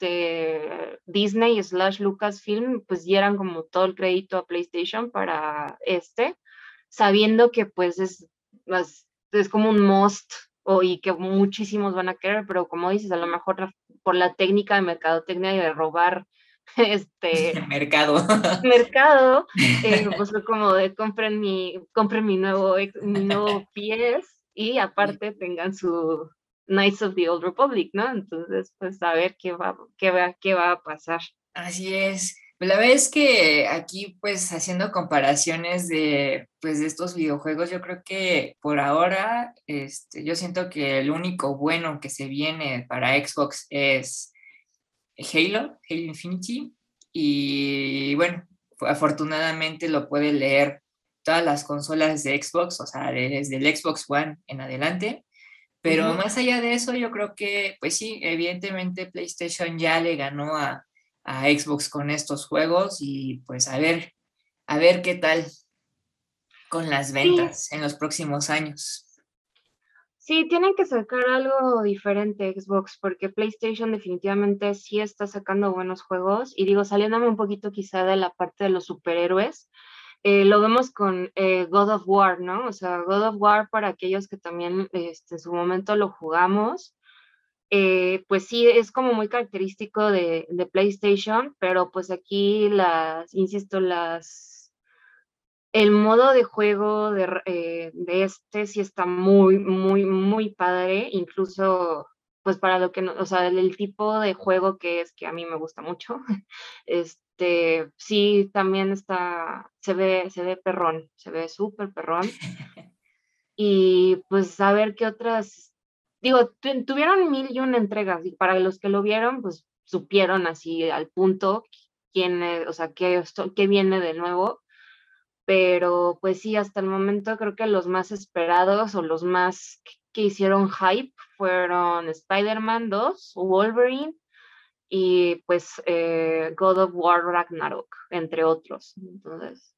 Speaker 1: este Disney slash Lucasfilm pues dieran como todo el crédito a PlayStation para este, sabiendo que pues es, es, es como un must o, y que muchísimos van a querer, pero como dices, a lo mejor por la técnica de mercadotecnia y de robar este
Speaker 2: mercado.
Speaker 1: mercado, eh, pues fue como de compren mi, compren mi nuevo, ex- mi nuevo P S y aparte tengan su Knights of the Old Republic, ¿no? Entonces, pues a ver qué va, qué va, qué va a pasar.
Speaker 2: Así es. Pues la verdad es que aquí, pues haciendo comparaciones de, pues, de estos videojuegos, yo creo que por ahora, este, yo siento que el único bueno que se viene para Xbox es Halo, Halo Infinity. Y bueno, afortunadamente lo puede leer todas las consolas de Xbox, o sea, desde el Xbox One en adelante. Pero
Speaker 1: Ujú.
Speaker 2: más allá de eso, yo creo que, pues sí, evidentemente PlayStation ya le ganó a, a Xbox con estos juegos y pues a ver, a ver qué tal con las
Speaker 1: Sí,
Speaker 2: ventas en los próximos años.
Speaker 1: sí, tienen que sacar algo diferente Xbox, porque PlayStation definitivamente sí está sacando buenos juegos. Y digo, saliéndome un poquito quizá de la parte de los superhéroes, eh, lo vemos con eh, God of War, ¿no? O sea, God of War para aquellos que también este, en su momento lo jugamos, eh, pues sí, es como muy característico de, de PlayStation, pero pues aquí las, insisto, las, el modo de juego de, eh, de este sí está muy, muy, muy padre, incluso pues para lo que no, o sea, el, el tipo de juego que es que a mí me gusta mucho, este, sí, también está, se ve, se ve perrón, se ve súper perrón. Y pues a ver qué otras, digo, tu- tuvieron mil y una entregas y para los que lo vieron, pues supieron así al punto quién, es- o sea, qué, esto- qué viene de nuevo, pero pues sí, hasta el momento creo que los más esperados o los más que que hicieron hype fueron Spider-Man dos, Wolverine y pues eh, God of War Ragnarok, entre otros. Entonces,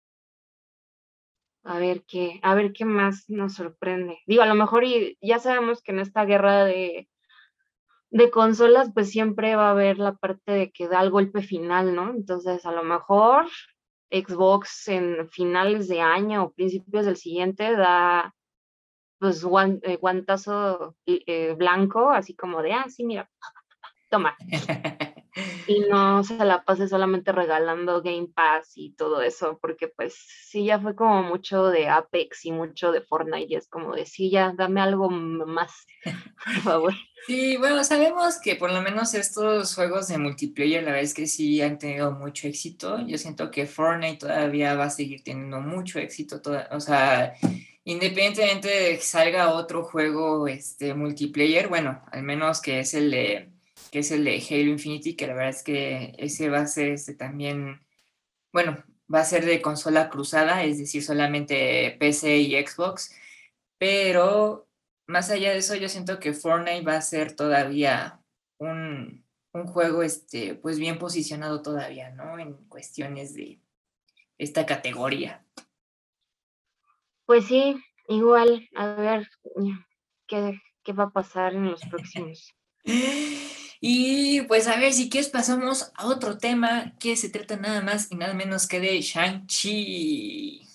Speaker 1: a ver qué, a ver qué más nos sorprende. Digo, a lo mejor y ya sabemos que en esta guerra de, de consolas, pues siempre va a haber la parte de que da el golpe final, ¿no? Entonces, a lo mejor Xbox en finales de año o principios del siguiente da pues guan- eh, guantazo eh, blanco, así como de, ah, sí, mira, toma. Y no se la pase solamente regalando Game Pass y todo eso, porque pues sí, ya fue como mucho de Apex y mucho de Fortnite, y es como de, sí, ya, dame algo m- más, por favor.
Speaker 2: Sí, bueno, sabemos que por lo menos estos juegos de multiplayer, la verdad es que sí han tenido mucho éxito. Yo siento que Fortnite todavía va a seguir teniendo mucho éxito, toda- o sea, Independientemente de que salga otro juego este, multiplayer, bueno, al menos que es el de que es el de Halo Infinity, que la verdad es que ese va a ser este también, bueno, va a ser de consola cruzada, es decir, solamente P C y Xbox, pero más allá de eso, yo siento que Fortnite va a ser todavía un, un juego este, pues bien posicionado todavía, ¿no? En cuestiones de esta categoría.
Speaker 1: Pues sí, igual, a ver qué, qué va a pasar en los próximos.
Speaker 2: Y pues a ver, si quieres pasamos a otro tema que se trata nada más y nada menos que de Shang-Chi.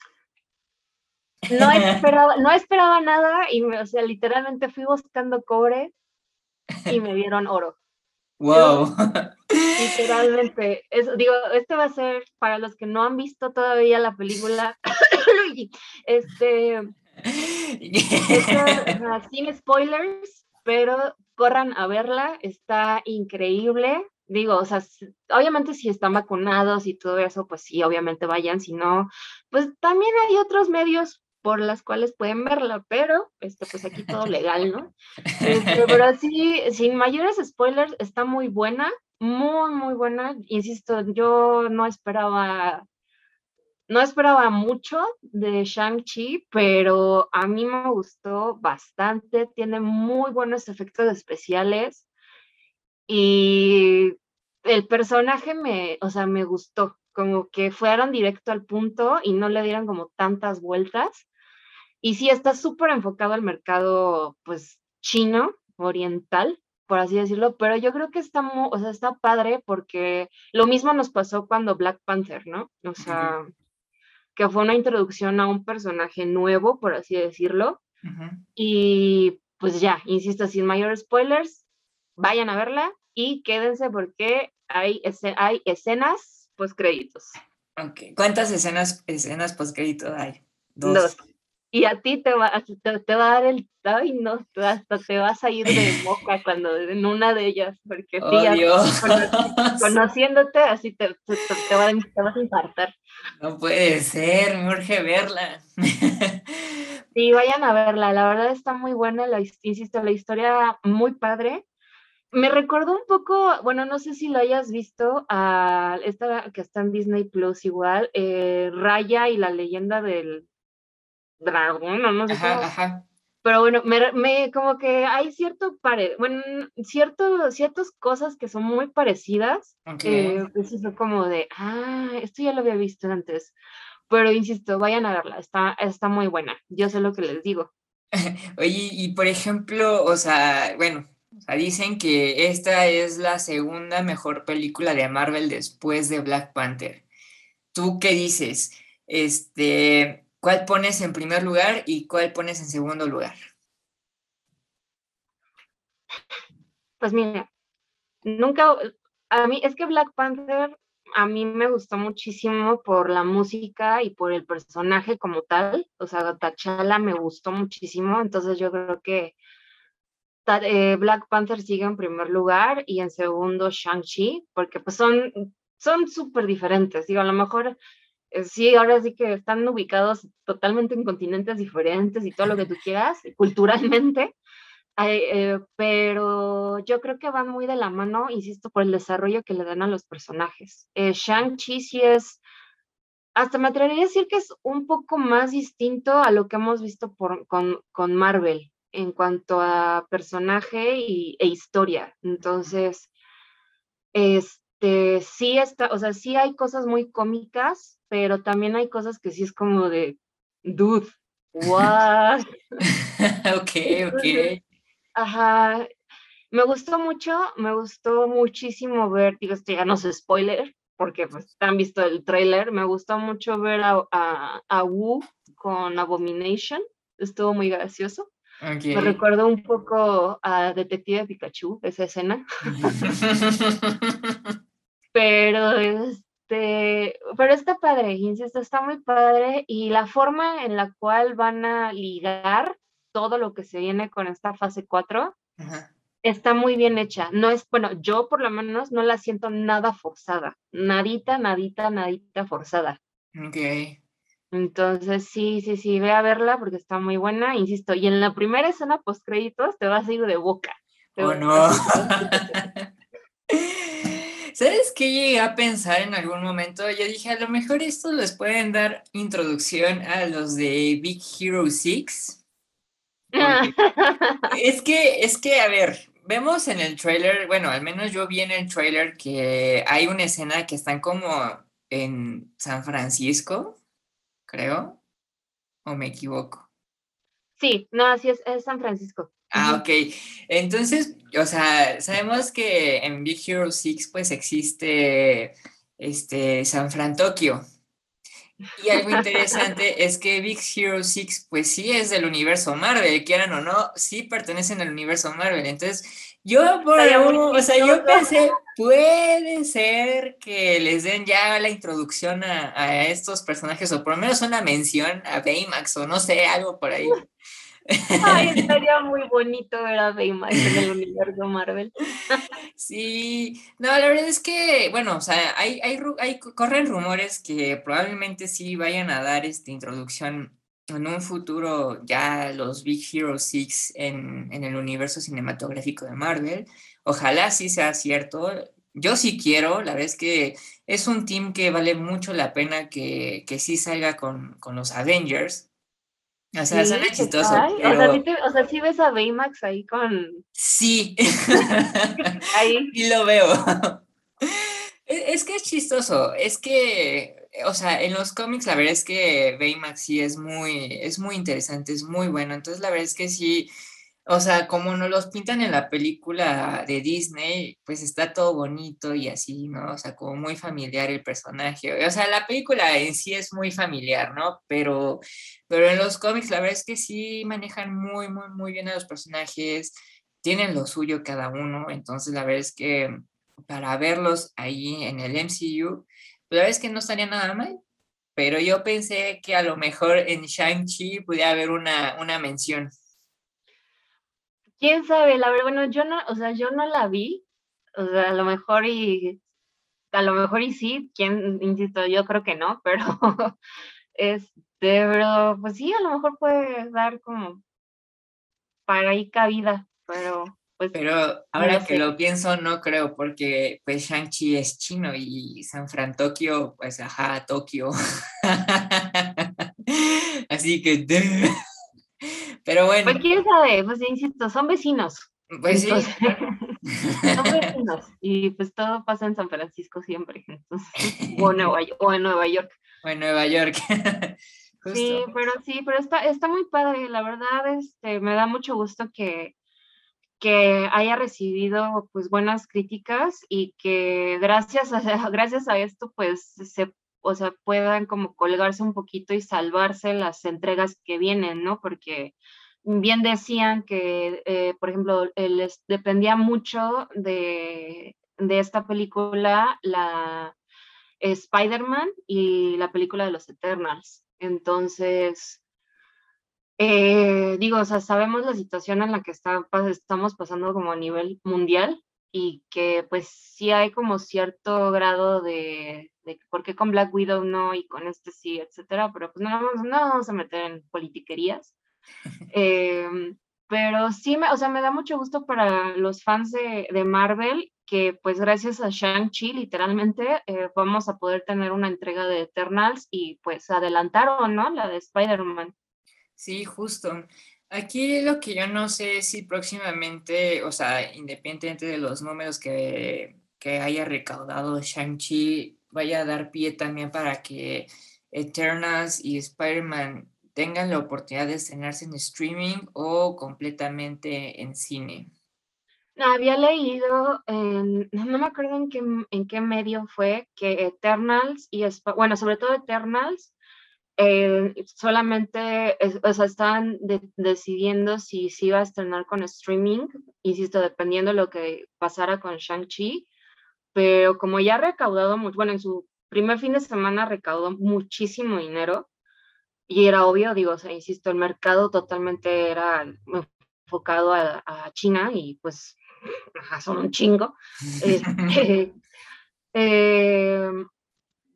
Speaker 1: No esperaba, no esperaba nada y, me, o sea, literalmente fui buscando cobre y me dieron oro. Eso,
Speaker 2: Wow.
Speaker 1: literalmente, eso, digo, este va a ser para los que no han visto todavía la película, este, esto, o sea, sin spoilers, pero corran a verla, está increíble. Digo, o sea, obviamente si están vacunados y todo eso, pues sí, obviamente vayan, si no, pues también hay otros medios por las cuales pueden verla, pero este, pues aquí todo legal, ¿no? Este, pero sí, sin mayores spoilers, está muy buena, muy, muy buena. Insisto, yo no esperaba no esperaba mucho de Shang-Chi, pero a mí me gustó bastante. Tiene muy buenos efectos especiales y el personaje me, o sea, me gustó. Como que fueron directo al punto y no le dieron como tantas vueltas. Y sí, está súper enfocado al mercado, pues, chino, oriental, por así decirlo, pero yo creo que está, muy, o sea, está padre porque lo mismo nos pasó cuando Black Panther, ¿no? O
Speaker 2: Okay.
Speaker 1: sea, que fue una introducción a un personaje nuevo, por así decirlo.
Speaker 2: Uh-huh.
Speaker 1: Y pues ya, insisto, sin mayores spoilers, vayan a verla y quédense porque hay, ese, hay escenas post créditos.
Speaker 2: Ok. ¿Cuántas escenas, escenas post crédito hay?
Speaker 1: Dos.
Speaker 2: Dos.
Speaker 1: Y a ti te va, te, te va a dar el, ay no, hasta te vas a ir de boca cuando en una de ellas, porque sí,
Speaker 2: Oh,
Speaker 1: ya
Speaker 2: Dios.
Speaker 1: conoci, conociéndote, así te, te, te, va, te vas a infartar.
Speaker 2: No puede ser, me urge verla.
Speaker 1: Sí, vayan a verla, la verdad está muy buena, la, insisto, la historia muy padre. Me recordó un poco, bueno, no sé si lo hayas visto, a esta que está en Disney Plus igual, eh, Raya y la leyenda del dragón, o no sé
Speaker 2: Ajá,
Speaker 1: cómo,
Speaker 2: ajá.
Speaker 1: pero bueno, me, me como que hay cierto pare, bueno, cierto, ciertas cosas que son muy parecidas,
Speaker 2: Ok.
Speaker 1: eh, pues eso como de, ah, esto ya lo había visto antes, pero insisto, vayan a verla, está, está muy buena, yo sé lo que les digo.
Speaker 2: Oye, y por ejemplo, o sea, bueno, o sea, dicen que esta es la segunda mejor película de Marvel después de Black Panther. ¿Tú qué dices? Este, ¿cuál pones en primer lugar y cuál pones en segundo lugar?
Speaker 1: Pues mira, nunca, a mí, es que Black Panther a mí me gustó muchísimo por la música y por el personaje como tal, o sea, T'Challa me gustó muchísimo, entonces yo creo que ta- eh, Black Panther sigue en primer lugar y en segundo Shang-Chi, porque pues son son súper diferentes, digo, a lo mejor eh, sí, ahora sí que están ubicados totalmente en continentes diferentes y todo lo que tú quieras, culturalmente, Ay, eh, pero yo creo que van muy de la mano, insisto, por el desarrollo que le dan a los personajes. Eh, Shang-Chi sí es, hasta me atrevería a decir que es un poco más distinto a lo que hemos visto por, con, con Marvel en cuanto a personaje y, e historia. Entonces, este, sí está, o sea, sí hay cosas muy cómicas, pero también hay cosas que sí es como de, dude, what?
Speaker 2: Ok, ok.
Speaker 1: Entonces, ajá, me gustó mucho, me gustó muchísimo ver, digo, esto ya no es spoiler, porque pues han visto el tráiler, me gustó mucho ver a, a, a Wu con Abomination, estuvo muy gracioso. Me
Speaker 2: Ok.
Speaker 1: recordó un poco a Detective Pikachu, esa escena, pero este, pero está padre, insisto, está muy padre y la forma en la cual van a ligar todo lo que se viene con esta fase cuatro
Speaker 2: Ajá.
Speaker 1: está muy bien hecha. No es, bueno, yo por lo menos no la siento nada forzada. Nadita, nadita, nadita forzada.
Speaker 2: Ok.
Speaker 1: Entonces, sí, sí, sí, ve a verla porque está muy buena, insisto. Y en la primera escena post créditos te vas a ir de boca. Te
Speaker 2: ¿O
Speaker 1: vas
Speaker 2: no?
Speaker 1: a ir de boca.
Speaker 2: ¿Sabes qué llegué a pensar en algún momento? Yo dije, a lo mejor estos les pueden dar introducción a los de Big Hero seis, porque es que, es que, a ver, vemos en el tráiler, bueno, al menos yo vi en el tráiler que hay una escena que están como en San Francisco, creo, o me equivoco.
Speaker 1: Sí, no, así es, es San Francisco.
Speaker 2: Ah,
Speaker 1: Ujú.
Speaker 2: ok. Entonces, o sea, sabemos que en Big Hero seis pues existe este San Fran Tokio. Y algo interesante es que Big Hero seis, pues sí es del universo Marvel, quieran o no, sí pertenecen al universo Marvel. Entonces, yo por
Speaker 1: Estaría muy
Speaker 2: algún, o sea, yo
Speaker 1: chistoso.
Speaker 2: pensé, puede ser que les den ya la introducción a, a estos personajes, o por lo menos una mención a Baymax, o no sé, algo por ahí.
Speaker 1: Ay, estaría muy bonito ver a Baymax en el universo Marvel.
Speaker 2: Sí, no, la verdad es que, bueno, o sea, hay, hay, ru- hay- corren rumores que probablemente sí vayan a dar esta introducción en un futuro ya los Big Hero seis en, en el universo cinematográfico de Marvel. Ojalá sí sea cierto. Yo sí quiero, la verdad es que es un team que vale mucho la pena que, que sí salga con, con los Avengers. O sea, suena
Speaker 1: Sí, que
Speaker 2: chistoso,
Speaker 1: cae. O sea, sí
Speaker 2: pero
Speaker 1: te, o sea, sí ves a Baymax ahí con
Speaker 2: sí,
Speaker 1: ahí.
Speaker 2: sí lo veo. Es, es que es chistoso, es que, o sea, en los cómics la verdad es que Baymax sí es muy, es muy interesante, es muy bueno, entonces la verdad es que sí, o sea, como nos los pintan en la película de Disney, pues está todo bonito y así, ¿no? O sea, como muy familiar el personaje, o sea, la película en sí es muy familiar, ¿no? Pero, pero en los cómics la verdad es que sí manejan muy, muy, muy bien a los personajes, tienen lo suyo cada uno, entonces la verdad es que para verlos ahí en el M C U, pues, la verdad es que no estaría nada mal, pero yo pensé que a lo mejor en Shang-Chi pudiera haber una, una mención.
Speaker 1: ¿Quién sabe? La verdad, bueno, yo no, o sea, yo no la vi. O sea, a lo mejor y a lo mejor y sí, quién, insisto, yo creo que no, pero este, pero pues sí, a lo mejor puede dar como para ahí cabida, pero pues
Speaker 2: Pero
Speaker 1: no
Speaker 2: ahora que
Speaker 1: sé.
Speaker 2: lo pienso, no creo, porque pues Shang-Chi es chino y San Fran Tokio, pues ajá, Tokio. Así que, pero
Speaker 1: Pues
Speaker 2: bueno,
Speaker 1: quién sabe, pues insisto, son vecinos.
Speaker 2: pues sí,
Speaker 1: Entonces,
Speaker 2: claro.
Speaker 1: son vecinos y pues todo pasa en San Francisco siempre. Entonces, o, Nueva, Yo- o en Nueva York.
Speaker 2: O en Nueva York.
Speaker 1: Sí,
Speaker 2: Justo.
Speaker 1: pero sí, pero está, está muy padre, la verdad, este, me da mucho gusto que, que haya recibido pues buenas críticas y que gracias a, gracias a esto pues se, o sea, puedan como colgarse un poquito y salvarse las entregas que vienen, ¿no? Porque bien decían que, eh, por ejemplo, eh, les dependía mucho de, de esta película, la Spider-Man y la película de los Eternals. Entonces, eh, digo, o sea, sabemos la situación en la que está, pa- estamos pasando como a nivel mundial y que pues sí hay como cierto grado de, de por qué con Black Widow no y con este sí, etcétera, pero pues no, vamos- no vamos a meter en politiquerías. Eh, pero sí, me, o sea, me da mucho gusto para los fans de, de Marvel que pues gracias a Shang-Chi literalmente eh, vamos a poder tener una entrega de Eternals y pues adelantaron, ¿no? La de Spider-Man.
Speaker 2: Sí, justo. Aquí lo que yo no sé es si próximamente, o sea, independientemente de los números que, que haya recaudado Shang-Chi, vaya a dar pie también para que Eternals y Spider-Man tengan la oportunidad de estrenarse en streaming o completamente en cine.
Speaker 1: Había leído, en- no no me acuerdo en qué, en qué medio fue, que Eternals y, Sp- bueno, sobre todo Eternals, eh, solamente, es- o sea, estaban de- decidiendo si se iba a estrenar con streaming, insisto, dependiendo de lo que pasara con Shang-Chi, pero como ya ha recaudado mucho, bueno, en su primer fin de semana recaudó muchísimo dinero, y era obvio, digo, o sea, insisto, el mercado totalmente era enfocado a, a China y pues ajá, son un chingo. Este, eh,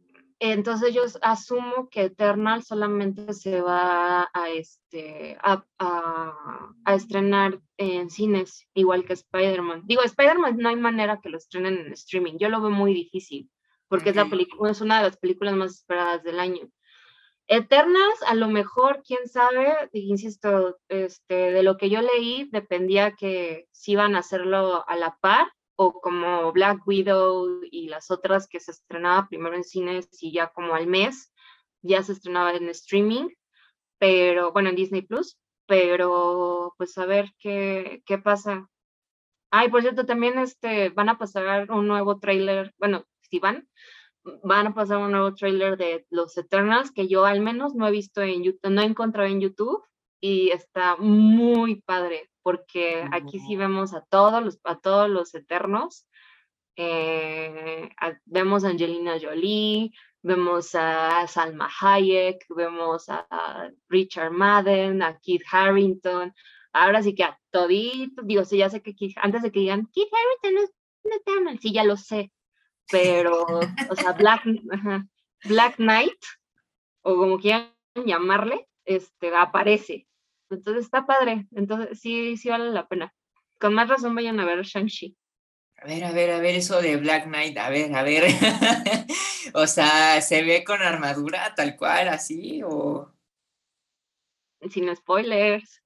Speaker 1: Entonces yo asumo que Eternal solamente se va a, este, a, a, a estrenar en cines, igual que Spider-Man. Digo, Spider-Man no hay manera que lo estrenen en streaming. Yo lo veo muy difícil, porque es, la
Speaker 2: Ok.
Speaker 1: película, es una de las películas más esperadas del año. Eternals, a lo mejor, quién sabe, insisto, este, de lo que yo leí, dependía que si iban a hacerlo a la par o como Black Widow y las otras que se estrenaba primero en cines y ya como al mes ya se estrenaba en streaming, pero bueno, en Disney Plus, pero pues a ver qué, qué pasa. Ay, por cierto, también este, van a pasar un nuevo tráiler, bueno, si van, van a pasar un nuevo tráiler de Los Eternals que yo al menos no he visto en YouTube, no he encontrado en YouTube y está muy padre porque aquí sí vemos a todos los, a todos los Eternos. Eh, a- vemos a Angelina Jolie, vemos a Salma Hayek, vemos a, a Richard Madden, a Kit Harington. Ahora sí que a todito, digo, sí, ya sé que Kit- antes de que digan Kit Harington es un Eternal, sí, ya lo sé, pero, o sea, Black, ajá, Black Knight, o como quieran llamarle, este, aparece. Entonces está padre, entonces sí, sí vale la pena. Con más razón vayan a ver Shang-Chi,
Speaker 2: A ver, a ver, a ver, eso de Black Knight, a ver, a ver. O sea, ¿se ve con armadura tal cual, así? O.
Speaker 1: sin spoilers.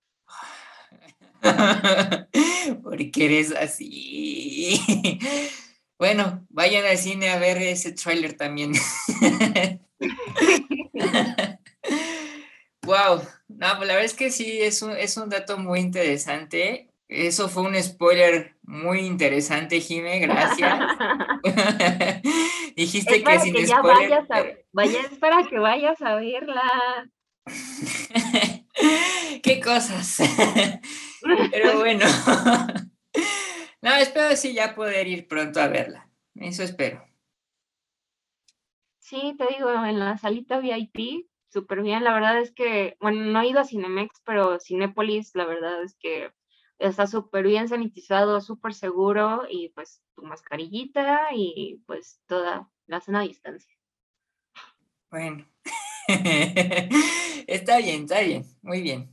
Speaker 2: ¿Por qué eres así? Bueno, vayan al cine a ver ese tráiler también. Wow, no, pues la verdad es que sí, es un, es un dato muy interesante. Eso fue un spoiler muy interesante, Jime, gracias.
Speaker 1: Es
Speaker 2: Dijiste que
Speaker 1: para
Speaker 2: sin
Speaker 1: que ya
Speaker 2: spoiler,
Speaker 1: vayas a,
Speaker 2: pero.
Speaker 1: vaya, es para que vayas a verla.
Speaker 2: ¿Qué cosas? Pero bueno. No, espero sí ya poder ir pronto a verla. Eso espero.
Speaker 1: Sí, te digo, en la salita V I P, súper bien. La verdad es que, bueno, no he ido a Cinemex, pero Cinépolis, la verdad es que está súper bien sanitizado, súper seguro y pues tu mascarillita y pues toda la sana distancia.
Speaker 2: Bueno. Está bien, está bien. Muy bien.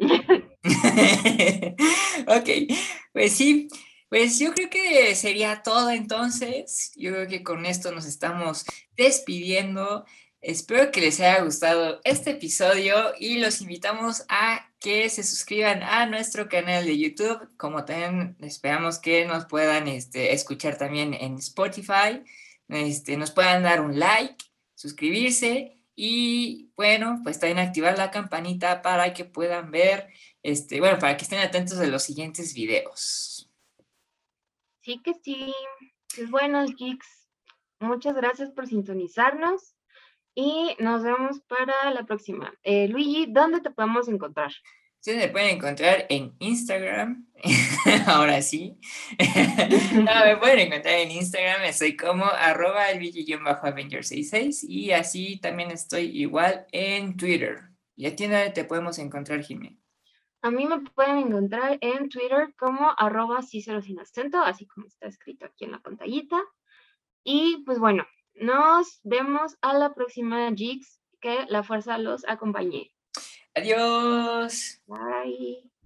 Speaker 2: Ok, pues sí, pues yo creo que sería todo entonces. Yo creo que con esto nos estamos despidiendo. Espero que les haya gustado este episodio y los invitamos a que se suscriban a nuestro canal de YouTube, como también esperamos que nos puedan este, escuchar también en Spotify, este, nos puedan dar un like, suscribirse y bueno, pues también activar la campanita para que puedan ver este, bueno, para que estén atentos de los siguientes videos.
Speaker 1: Sí que sí. Pues bueno, geeks, muchas gracias por sintonizarnos y nos vemos para la próxima. Eh, Luigi, ¿dónde te podemos encontrar?
Speaker 2: Ustedes me pueden encontrar en Instagram, ahora sí. No, me pueden encontrar en Instagram, estoy como arroba el avenger sesenta y seis y así también estoy igual en Twitter. ¿Y a ti dónde te podemos encontrar, Jimmy?
Speaker 1: A mí me pueden encontrar en Twitter como arroba Cícero sin acento, así como está escrito aquí en la pantallita. Y pues bueno, nos vemos a la próxima, Jigs. Que la fuerza los acompañe.
Speaker 2: Adiós.
Speaker 1: Bye.